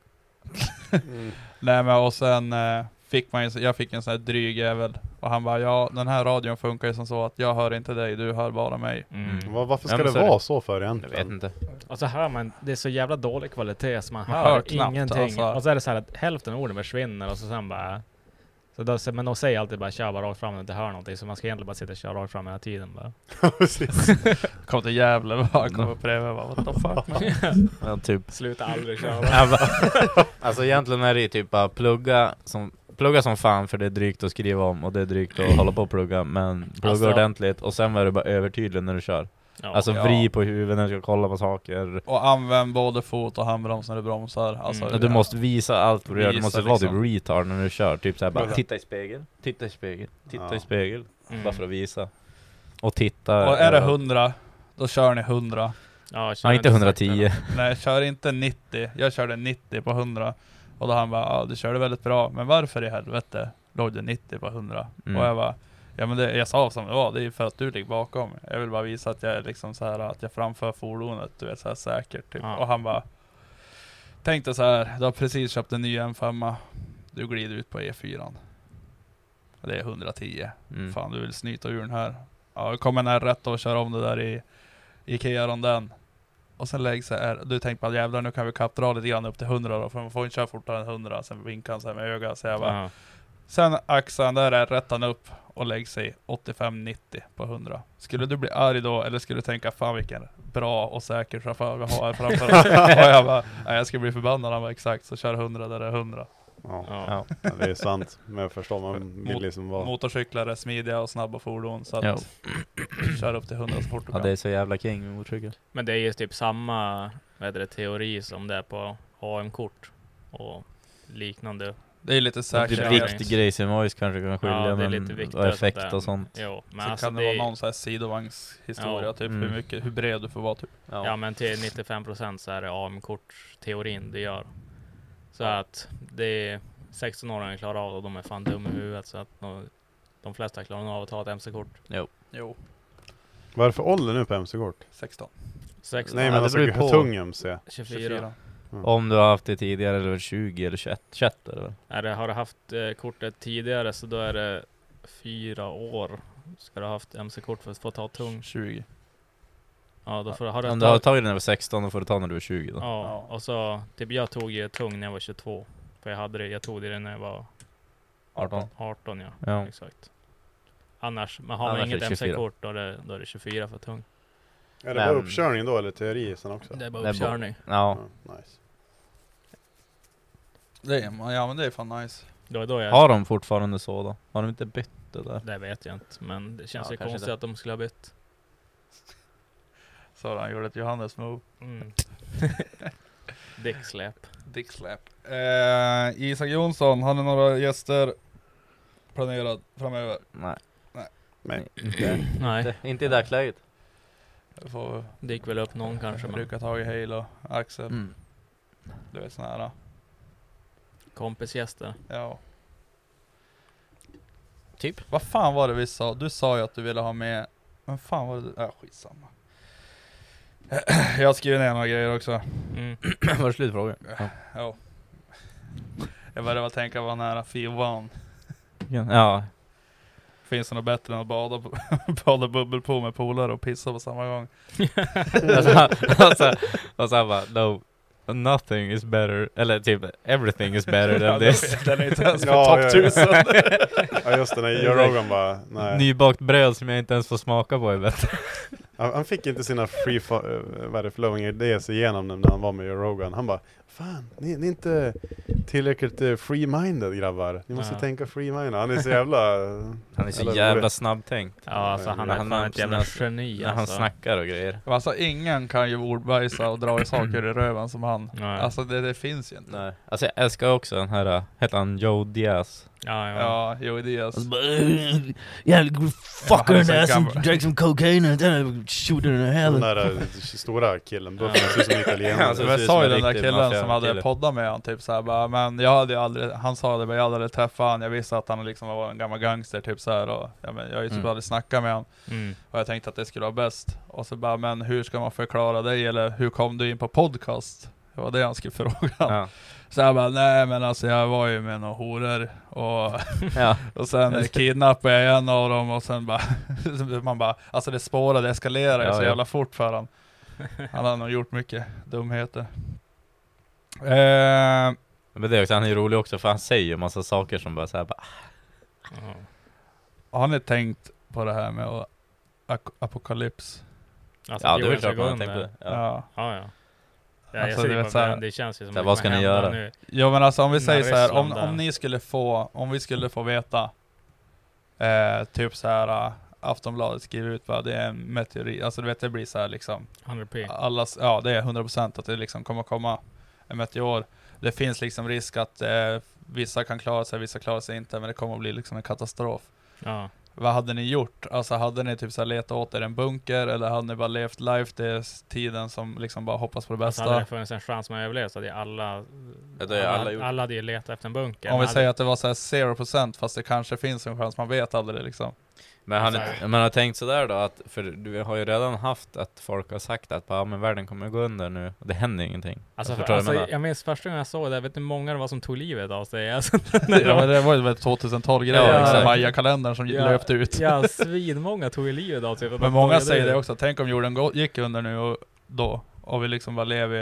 Nej men och sen fick man ju, jag fick en sån här dryg jävel. Och han bara, ja den här radion funkar ju som så att jag hör inte dig, du hör bara mig. Mm. Varför Ja, ska men det så är det. vara så för Jag egentligen? vet inte. Och så hör man, det är så jävla dålig kvalitet så man Man hör hör knappt, ingenting. alltså. Och så är det så här att hälften av orden försvinner och så sen bara... Så då, men de säger alltid bara kör bara rakt fram och inte hör någonting. Så man ska egentligen bara sitta och köra rakt fram hela tiden bara. Precis. Kom till Gävle bara, kom upp bredvid bara, what the fuck man? Ja, typ. Sluta aldrig köra. Alltså egentligen är det ju typ bara plugga som fan, för det är drygt att skriva om och det är drygt att hålla på och plugga, men plugga Alltså- ordentligt och sen var det bara övertydligt när du kör. Ja. Alltså Ja. vri på huvudet när du ska kolla på saker. Och använd både fot och handbroms när du bromsar. Alltså, Mm. Och du måste visa allt vad du gör. Du Visa måste vara typ liksom. retard när du kör. Typ såhär bara Men- titta i spegel, titta i spegel, titta Ja. i spegel. Mm. Bara för att visa. Och titta. Och är det 100, då kör ni 100. Ja, kör Ja, inte 110. Nej, kör inte 90. Jag körde 90 på 100. Och då han bara, ja du körde väldigt bra. Men varför i helvete låg du 90 på 100? Mm. Och jag bara, ja men det, jag sa som det var, det är för att du ligger bakom. Jag vill bara visa att jag är liksom så här, att jag framför fordonet, du vet så här säkert typ. Ja. Och han bara, tänkte så här, du har precis köpt en ny M5. Du glider ut på E4. Och det är 110. Mm. Fan, du vill snyta ur den här. Ja, det kommer en R1 och kör om det där i Ikea-ronden. Och sen läggs det du tänker bara jävlar, nu kan vi kappdra lite grann upp till 100 då, för man får inte köra fortare än 100. Sen vinkar han så här med ögat, så jag bara, Ja. Sen axan där rättar han upp och lägger sig 85-90 på 100. Skulle du bli arg då, eller skulle du tänka fan vilken bra och säker chaufför vi har här framför oss? Och jag bara, nej, jag ska bli förbannad. Han var exakt, så kör 100 där det är 100. Ja, det är sant. Men jag förstår, man vill liksom vara... Motorcyklar är smidiga och snabba fordon, så att kör upp till 100 så fort du kan. Ja, det är så jävla king med motorcykel. Men det är ju typ samma teori som det är på AM-kort och liknande. Det är lite säkert. Viktgrej som Mois kanske kan skilja, det är men lite viktigt och effekt och sånt. Jo, men så alltså kan det vara någon så här sidovagnshistoria, typ hur bred du får vara typ. Ja, men till 95% så är det AM-kort-teorin det gör. Så att det är 16-åringar klarar av och de är fan dumma i huvudet, så att de flesta klarar av att ta ett MC-kort. Jo. Vad är det för ålder nu på MC-kort? 16. 16. Nej, men alltså hur tung MC? 24. Om du har haft det tidigare, eller 20 eller 21 eller? Har du haft kortet tidigare, så då är det 4 år. Ska du ha haft MC-kort för att få ta tung? 20. Ja, då får du om du har tagit när du var 16, då får du ta när du är 20 då. Ja, och så typ jag tog ju tung när jag var 22. För jag tog det när jag var 18, ja. Exakt. Annars, men har man inget MC-kort då är det 24 för tung. Är det bara uppkörning då, eller teori sen också? Det är bara uppkörning. Ja. Nice. Men det är fan nice. Har de fortfarande så då? Har de inte bytt det där? Det vet jag inte, men det känns ju konstigt att de skulle ha bytt. Så han gjorde ett Johannes move. Dicksläp. Isak Jonsson, har ni några gäster planerad framöver? Nej. Inte i dagsläget. Det gick väl upp någon kanske. Brukar ta i Hale och Axel. Du vet såna här. Kompisgäster. Ja. Typ. Vad fan var det vi sa? Du sa ju att du ville ha med... Men fan var det... skitsamma. Jag har skrivit ner några grejer också. Var det slutfrågan? Ja. Jag började tänka vad nära F1. Ja. Finns det något bättre än att bada bubbelpool med polare och pissa på samma gång? och så bara, no, nothing is better, eller typ everything is better than this. Den är inte ens på topp 1000. Ja, just det, när Joe Rogan bara, nej. Nybakt bröd som jag inte ens får smaka på är bättre. Han fick inte sina flowing ideas igenom när han var med Joe Rogan. Han bara, fan, ni är inte tillräckligt free-minded, grabbar. Ni måste tänka free-minded. Han är så jävla... Han är så jävla snabbtänkt. Ja, alltså han är ett jävla geni. När han snackar och grejer. Alltså ingen kan ju ordbajsa och dra i saker i röven som han. Nej. Alltså det finns ju inte. Nej. Alltså jag älskar också den här, heter han Joe Diaz? Ja, Joe Diaz. Yeah, fuck her ass and drink some cocaine and then shoot her in the head. Den där stora killen, buffen, ser som italienare. Jag sa ju den där killen som hade poddat med han typ såhär bara, men jag hade aldrig, han sa det bara, jag hade aldrig träffat han, jag visste att han liksom var en gammal gangster typ såhär, och jag har ju typ aldrig snackat med han. Och jag tänkte att det skulle vara bäst. Och så bara, men hur ska man förklara dig, eller hur kom du in på podcast? Det var det han skulle fråga. Ja. Så jag bara, nej men alltså jag var ju med några horor och sen kidnappade jag en av dem och sen bara man bara, alltså det spårade, eskalerade så jävla fort för han. Han har nog gjort mycket dumheter. Men det är också, han är rolig också för han säger ju massa saker som bara såhär bara. Har ni tänkt på det här med apokalyps? Alltså, ja, det är klart man har tänkt på det. Ja. Alltså, det känns ju som vad ska ni göra nu? Ja, men alltså om vi säger så här, om vi skulle få veta typ så här Aftonbladet skriver ut vad det är en meteorit, alltså du vet det blir så här liksom 100p. Det är 100% att det liksom kommer komma en meteor. Det finns liksom risk att vissa kan klara sig, vissa klarar sig inte, men det kommer att bli liksom en katastrof. Ja. Vad hade ni gjort? Alltså hade ni typ så här letat åt er en bunker, eller hade ni bara levt life det tiden som liksom bara hoppas på det bästa? Alltså hade det funnits en chans man överlevde så hade alla hade ju letat efter en bunker. Om vi säger att det var så här 0% fast det kanske finns en chans, man vet aldrig liksom. Men man har tänkt sådär då, att, för du har ju redan haft att folk har sagt att men världen kommer gå under nu och det händer ingenting. Jag minns första gången jag såg det, jag vet inte många det var som tog livet av sig. Men det var ju 2012-grejer, Maya-kalendern som löpte ut. Ja, svinmånga tog livet av sig. Men många säger det också, tänk om jorden gick under nu och vi liksom bara lever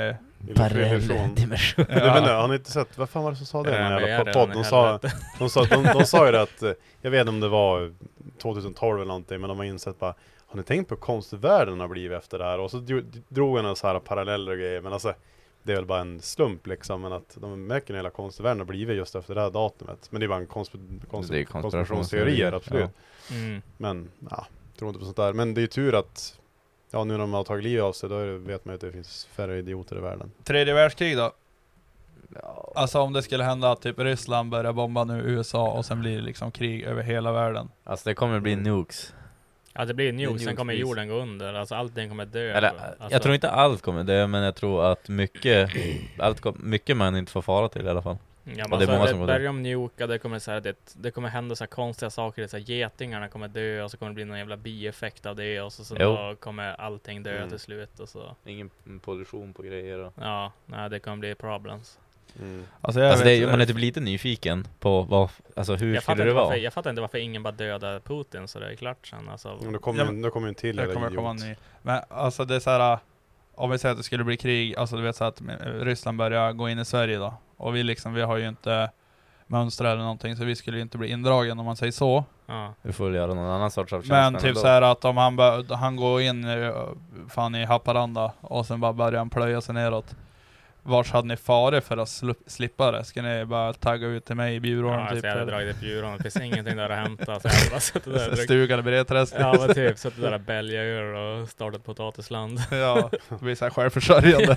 Parallell dimension. Jag vet inte, har ni inte sett, vad fan var det som sa det? Ja, Den men jävla är podd. det De sa ju det att, jag vet inte om det var 2012 eller någonting, men de har insett bara, har ni tänkt på hur konstig världen har blivit efter det här? Och så drog han så här paralleller och grejer, men alltså det är väl bara en slump liksom, men att de märker att hela konstvärlden har blivit just efter det här datumet. Men det är bara en konspirationsteorier, absolut. Ja. Men ja, tror inte på sånt där. Men det är ju tur att nu när de har tagit liv av sig, då vet man ju att det finns färre idioter i världen. 3:e världskrig då? Alltså om det skulle hända att typ Ryssland börjar bomba nu USA och sen blir det liksom krig över hela världen. Alltså det kommer bli nukes. Ja, det blir en news, sen news, kommer please. jorden gå under. Alltså allting kommer dö. Eller, alltså, jag tror inte allt kommer dö, men jag tror att mycket man inte får fara till i alla fall. Ja, och det är många som går börjar de njuka, det kommer så här, det kommer hända så här konstiga saker, det så här, getingarna kommer dö och så kommer det bli någon jävla bieffekt av det och så då kommer allting dö till slut och så. Ingen pollution på grejer och... Ja, nej, det kommer bli problems. Alltså, man är typ lite nyfiken på vad, alltså hur skulle det vara? Jag fattar inte varför ingen bara dödar Putin så det är klart sen. Alltså. Då kommer en till. Det kommer komma en ny. Men alltså det är så här, om vi säger att det skulle bli krig, alltså du vet så att Ryssland börjar gå in i Sverige då. Och vi har ju inte mönster eller någonting, så vi skulle ju inte bli indragen om man säger så. Ja. Vi får göra någon annan sorts av tjänst. Men typ så här att om han går in fan i Haparanda och sen bara börjar han plöja sig neråt. Vars hade ni fare för att slippa det? Ska ni bara tagga ut till mig i byrån? Ja, typ, jag hade dragit i byrån. Det finns ingenting där att hämta. Så stugan i Bredträsk. Ja, men typ. Så det där bälgar och startat potatisland. Ja, det blir så här självförsörjande.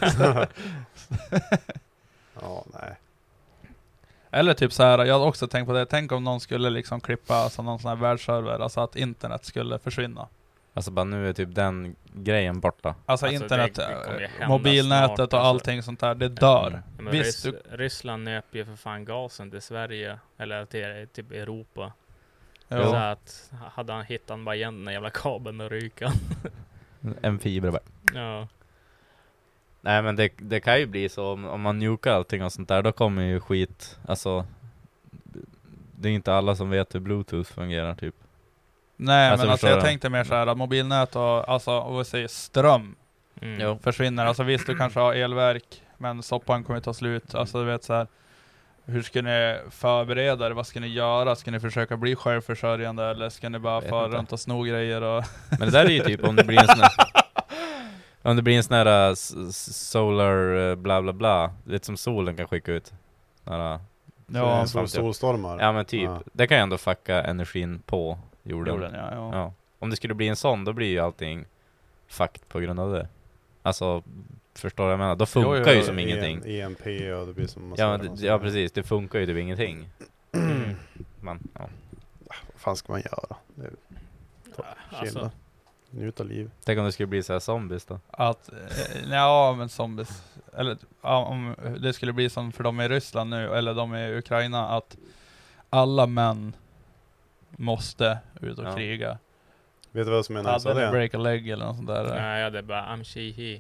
Ja, nej. Eller typ så här, jag hade också tänkt på det. Tänk om någon skulle liksom klippa alltså någon sån här världsserver, alltså att internet skulle försvinna. Alltså bara nu är typ den grejen borta. Alltså internet, mobilnätet snart, och allting sånt där, det dör. Men visst, Ryssland nöp ju för fan gasen till Sverige, eller till typ Europa. Så att hade han hittat bara igen den jävla kabeln och ryka. En fiber bara. Ja. Nej, men det kan ju bli så om man nukar allting och sånt där, då kommer ju skit, alltså det är inte alla som vet hur Bluetooth fungerar typ. Nej, alltså, men alltså jag tänkte mer så här att mobilnät och alltså och vi säger ström försvinner. Alltså visst, du kanske har elverk, men soppan kommer ta slut. Alltså du vet så här, hur ska ni förbereda er? Vad ska ni göra? Ska ni försöka bli självförsörjande eller ska ni bara fara runt och sno grejer och... Men det där är ju typ om det blir en sån här om det blir en sån här solar bla bla bla, lite som solen kan skicka ut. Solstormar. Ja, men typ. Det kan ju ändå fucka energin på jorden. Ja. Om det skulle bli en sån, då blir ju allting fucked på grund av det. Alltså, förstår jag menar? Då funkar ju som ingenting. EMP och det blir som ja, precis. Det funkar ju typ ingenting. Vad fan ska man göra? Chilla. Njuta liv. Tänk om det skulle bli så här zombies då? Men zombies. Eller om det skulle bli som för dem i Ryssland nu, eller de i Ukraina, att alla män måste ut och kriga. Vet du vad som menas av det? Break a leg eller något sånt där. Nej, det är bara I'm she, he.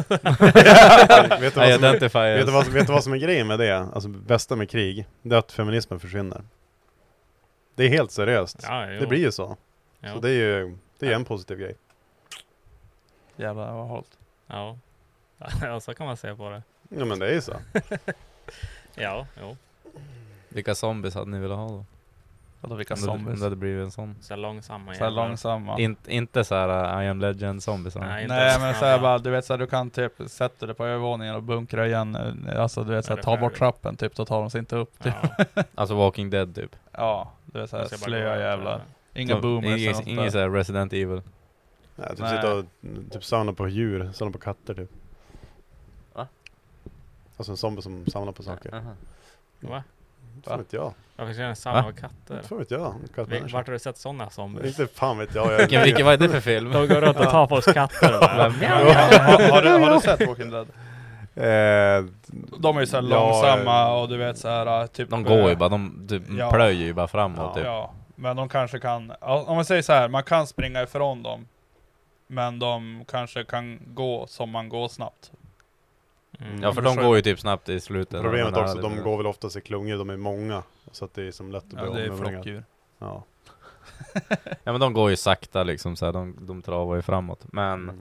Vet du vad som är grejen med det? Alltså bästa med krig, det är att feminismen försvinner. Det är helt seriöst. Det blir ju så. Så det är ju en positiv grej. Jävlar, vad hållt. Ja, så kan man säga på det. Ja, men det är ju så. Ja, jo. Vilka zombies hade ni velat ha då? Vadå, vilka zombies? Om det hade blivit en sån. Så långsamma. Så långsamma. Inte så här I am legend zombies. Nej, men så här bara, du vet så här, du kan typ sätta det på övervåningen och bunkra igen. Alltså du vet så här, ta bort trappen typ, då tar de sig inte upp typ. Alltså Walking Dead typ. Ja, du vet så här, slöa jävlar. Inga boomers. Ingen så här Resident Evil. Nej, typ sitta och typ samla på djur, samla på katter typ. Va? Alltså en zombie som samlar på saker. Va? Fan vet jag. Varför ska jag samla på katter? Fan vet jag. Vart har du sett sådana zombies? Inte fan vet jag. Vilken vad är det för film? De går runt och tar på oss katter. Har du sett Walking Dead? De är ju så här långsamma och du vet så här typ. De går ju bara, de plöjer ju bara framåt typ. Ja, men de kanske kan, om man säger så här, man kan springa ifrån dem. Men de kanske kan gå som man går snabbt. Ja, för de går ju typ snabbt i slutet. Problemet också, de går väl oftast i klungor, de är många. Så att det är som lätt att bli det är flockdjur. Ja, men de går ju sakta liksom så här, de travar ju framåt. Men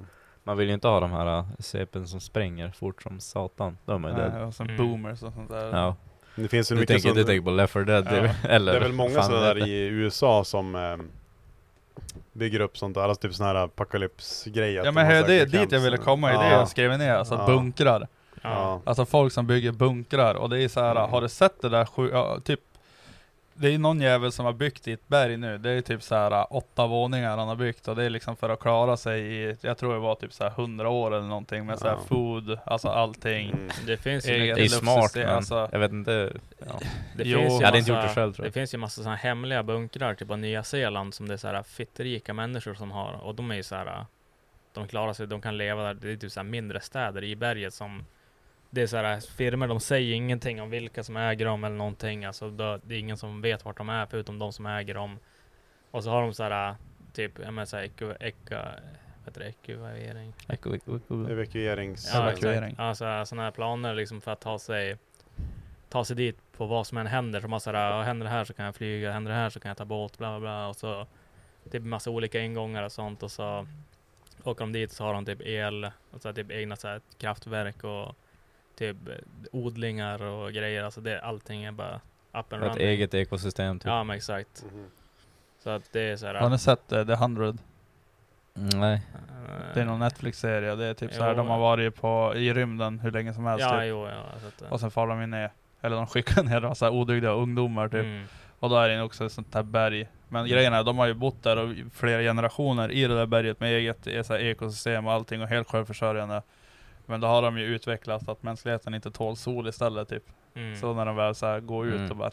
Man vill ju inte ha de här CPn som spränger fort som satan. De är ju död. Och sen boomers och sånt där. Ja. Det finns ju Du mycket tänker på Left 4 Dead eller det är väl många fan sådana där vet i USA som bygger upp sånt där, alltså typ sån här apokalypsgrejer. Ja, men det är dit jag ville komma i det jag skrev ner, alltså bunkrar. Ja. Alltså folk som bygger bunkrar, och det är så här, har du sett det där typ, det är någon jävel som har byggt i ett berg nu, det är typ så här 8 våningar han har byggt, och det är liksom för att klara sig i, jag tror det var typ så här 100 år eller någonting, med så här food, alltså allting. Det finns ju det är smart, men alltså, jag vet inte. Det Jo, finns ju jag hade inte gjort det själv, tror jag. Det finns ju massa sådana hemliga bunkrar typ på Nya Zeeland som det är så här fittrika människor som har, och de är ju så här, de klarar sig, de kan leva där. Det är typ så här mindre städer i berget som, det är så här firmor, de säger ingenting om vilka som äger dem eller någonting, alltså det är ingen som vet vart de är förutom de som äger dem. Och så har de så här typ, jag menar så här evakuering. Alltså sådana här planer liksom för att ta sig dit på vad som än händer. Som så här, händer det här så kan jag flyga, händer det här så kan jag ta båt, bla bla bla. Och så typ massa olika ingångar och sånt, och så åker de dit, så har de typ el, och så typ egna så här kraftverk och typ odlingar och grejer. Alltså allting är bara up and running. Ett eget ekosystem typ. Ja, men exakt. Så att det är så här. har ni sett The 100? Nej. Det är någon Netflix-serie, det är typ Jo. så här, de har varit i rymden hur länge som helst Ja, typ. jo, ja. Så att, Och sen far de in ner, eller de skickar ner de så här odygda ungdomar typ. Och då är det också ett sånt här berg. Men grejerna, de har ju bott där och flera generationer i det där berget med eget så här ekosystem och allting, och helt självförsörjande. Men då har de ju utvecklat att mänskligheten inte tål sol istället typ. Så när de väl så här går ut och bara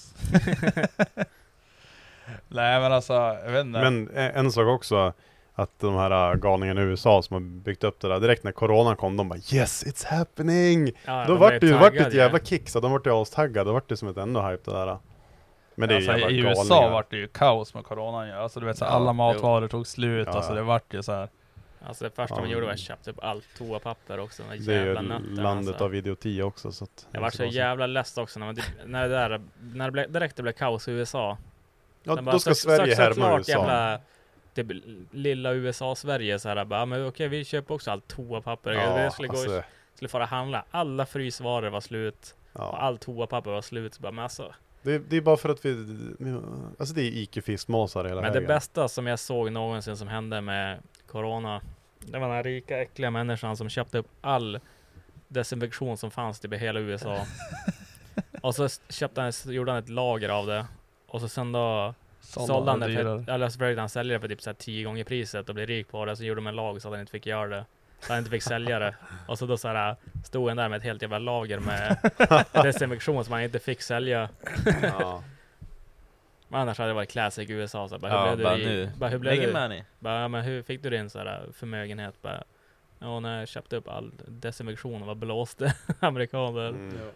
nej, men alltså, jag vet inte. Men en sak också, att de här galningarna i USA som har byggt upp det där, direkt när coronan kom, de bara yes, it's happening! Ja, då vart det ett jävla kick, så de vart ju astaggade, då vart det som ett ännu hype det där. Men det är alltså, ju jävla i galningar. USA vart det ju kaos med coronan. Alltså du vet så alla matvaror tog slut, Ja. alltså det vart ju så här. Alltså det första man gjorde var att köpa typ allt toapapper också. Den Det är jävla ju nötterna, landet alltså. av idioti också, så att Jag var så jävla ledsen också när det direkt det blev kaos i USA. ja, Den bara, då ska Sverige härma USA. Jävla typ lilla USA-Sverige så här bara, men okej, vi köper också allt toapapper. Jag skulle fara handla. Alla frysvaror var slut. Och allt toapapper var slut. Så bara, men alltså, det är bara för att alltså det är IQ-fiskmåsar hela men vägen. det bästa som jag såg någonsin som hände med corona, det var den här rika, äckliga människan som köpte upp all desinfektion som fanns typ i hela USA. Och så gjorde han ett lager av det. Och så sen då sålde han det eller så försökte han sälja det för typ så här 10 gånger priset och blev rik på det. Så gjorde de en lag så att han inte fick göra det. Så han inte fick sälja det. Och så då så här stod han där med ett helt jävla lager med desinfektion som han inte fick sälja. Ja. Men annars hade det varit classic USA. Så Ja, hur blev du? Men hur fick du din så här förmögenhet? Bara, ja, när jag köpte upp all desinfektion och var blåste amerikaner.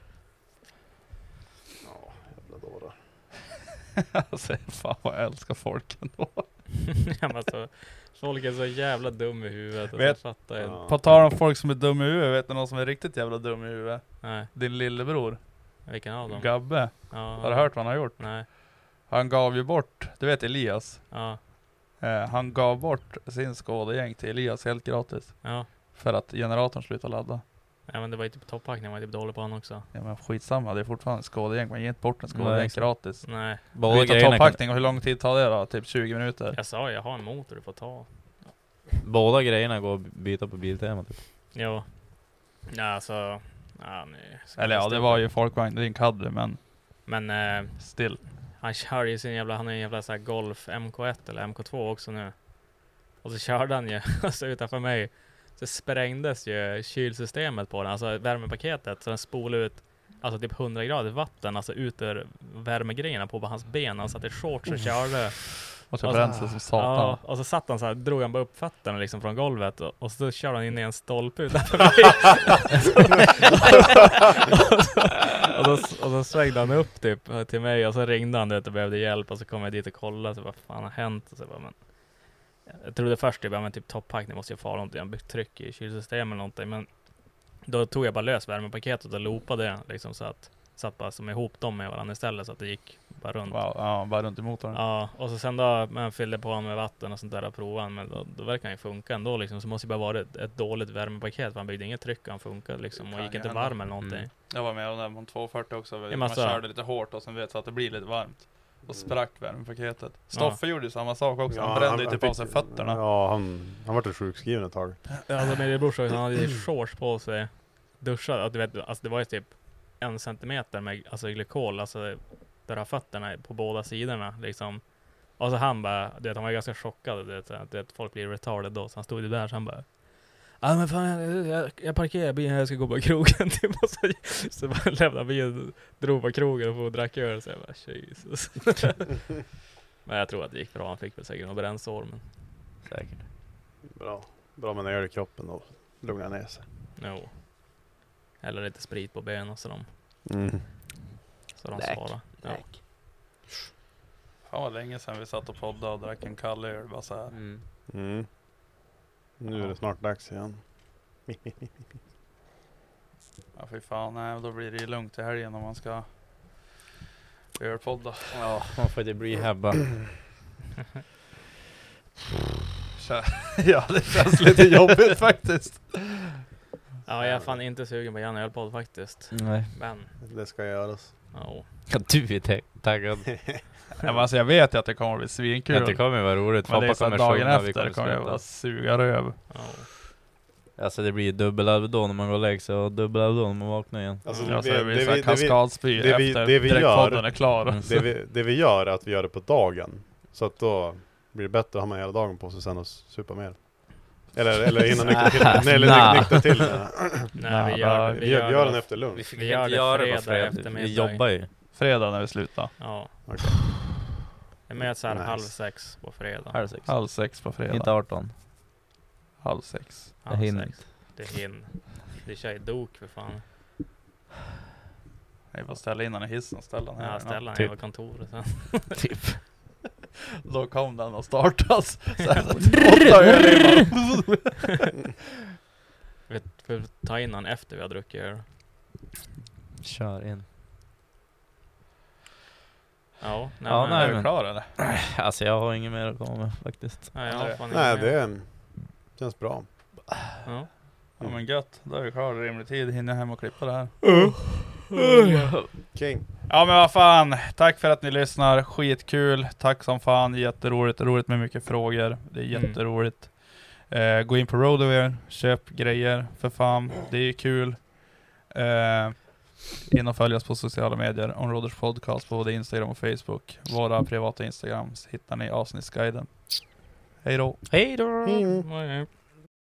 Ja, jävla dårar. Alltså, fan vad jag älskar folk ändå. Ja, men alltså, folk är så jävla dum i huvudet. På tal om folk som är dum i huvudet, vet du någon som är riktigt jävla dum i huvudet? Nej. Din lillebror. Vilken av dem? Gabbe. Ja. Har du hört vad han har gjort? Nej. Han gav ju bort, du vet Elias. Ja. Han gav bort sin skådegäng till Elias helt gratis. Ja. För att generatorn slutade ladda. Ja, men det var ju typ topppackning, var typ dålig på han också. Ja, men skitsamma, det är fortfarande en skådegäng. Man ger inte bort en skådegäng gratis. Nej. Byta topppackning, och hur lång tid tar det då? Typ 20 minuter? Jag sa jag har en motor du får ta. Båda grejerna går att byta på Biltema typ. Jo. Ja, alltså. Ja, nej. Eller ja, det var ju folkvagn, det är en Caddy, men still. Han kör ju han är en jävla så här Golf MK1 eller MK2 också nu. Och så körde han ju, alltså utanför mig, så sprängdes ju kylsystemet på den, alltså värmepaketet, så den spolade ut alltså typ 100 grader vatten, alltså ut ur värmegrejerna på hans ben. Han satt i shorts och körde. Och så brände sig som satan. Ja, och så satt han så här, drog han bara upp fötterna liksom från golvet och så körde han in i en stolpe utanför mig. och så svängde han upp typ till mig och så ringde han och behövde hjälp och så kom jag dit och kollade så vad fan har hänt och så bara, men jag trodde först typ topppackning måste jag fara någonting, jag byggt tryck i kylsystemet eller någonting, men då tog jag bara lös värmepaketet och loopade det liksom så att satt bara som ihop dem med varandra istället så att det gick bara runt. Wow, ja, bara runt i motorn. Ja, och så sen då man fyllde på honom med vatten och sånt där och provade, men då verkar han ju funka ändå liksom. Så måste ju bara vara ett dåligt värmepaket, för han byggde inget tryck, han funkade liksom, och gick inte varm eller någonting. Jag var med om den på 240 också, Ja, man körde lite hårt och sen vet så att det blir lite varmt. Och sprack värmepaketet. Stoffe gjorde ju samma sak också, han brände ju typ av sig fötterna. Ja, han var sjukskriven ett tag. Alltså min brorsa, han hade ju shorts på sig, duschade, och du vet, alltså det var ju typ 1 centimeter med alltså glykol, alltså där har fötterna på båda sidorna liksom. Och så han bara, du vet, han var ganska chockad, du vet, folk blir retarded då, så han stod ju där, så han bara, ja men fan, jag parkerar bilen här, jag ska gå på krogen typ, och så bara lämnade bilen, drog på krogen och drack öl, så jag bara, Jesus. Men jag tror att det gick bra, han fick väl säkert någon brännsår, men Säkert. Bra med öl i kroppen och lugna ner sig. jo. Eller lite sprit på benen så de svarar. Ja. Fan vad länge sedan vi satt och poddade och drack en kall öl, bara så här. Nu är det snart dags igen. Ja fy fan, nej, då blir det ju lugnt i helgen om man ska ölpodda. Ja, man får inte rehabba. Ja, det känns lite jobbigt faktiskt. Ja, jag är fan inte sugen på en ölpodd faktiskt. Nej. Men, Det ska göras. ja. Ja, du är taggad. Ja, men alltså, jag vet ju att det kommer bli svinkul. Att det kommer vara roligt. Men det är Pappa så att kommer dagen sjunga, vi efter kommer kommer jag skratta. bara suga röv. Ja. Alltså det blir dubbel Alvedon när man går och lägger sig och dubbel Alvedon när man vaknar igen. Alltså, Ja, så det blir så här kaskadspy det vi efter gör- direktpodden är klar. Det vi gör är att vi gör det på dagen. Så att då blir det bättre att ha med hela dagen på sig sen och supa mer. Eller innan nyktra till. Nej, eller nyktra till. Nej, Vi gör den efter lunch. fick Vi gör det fredag fredag. eftermiddag. Vi jobbar ju. Fredag när vi slutar. Ja. Okej. Jag möts så här Nice. 5:30 på fredag. 6:30. 5:30 på fredag. Inte 18. 5:30. Jag hinner 5:30. Det hinner. Vi kör i dok för fan. Jag får ställa in den i hissen och ställa den här. Ja, ställa den Typ. över kontoret sen. Typ. Då kom den och startas. Sen 8 öl i bara. Vi får ta in den efter vi har druckit öl. Kör in. Ja, nej, Ja, men, nej, Är du men- klar eller? Alltså jag har inget mer att komma med faktiskt. nej, jag har fan Nej, inget mer. det känns bra. Ja. Ja men gött, då är vi klar i rimlig tid. Hinner jag hem och klippa det här. King. Ja men vad fan, tack för att ni lyssnar. Skitkul, tack som fan, jätteroligt. Roligt med mycket frågor, det är jätteroligt. Gå in på Roadaware, köp grejer för fan, det är kul. In och följ oss på sociala medier, Onroaders podcast på både Instagram och Facebook. Våra privata Instagrams hittar ni i avsnittsguiden. Hej då! Hej då! Nej.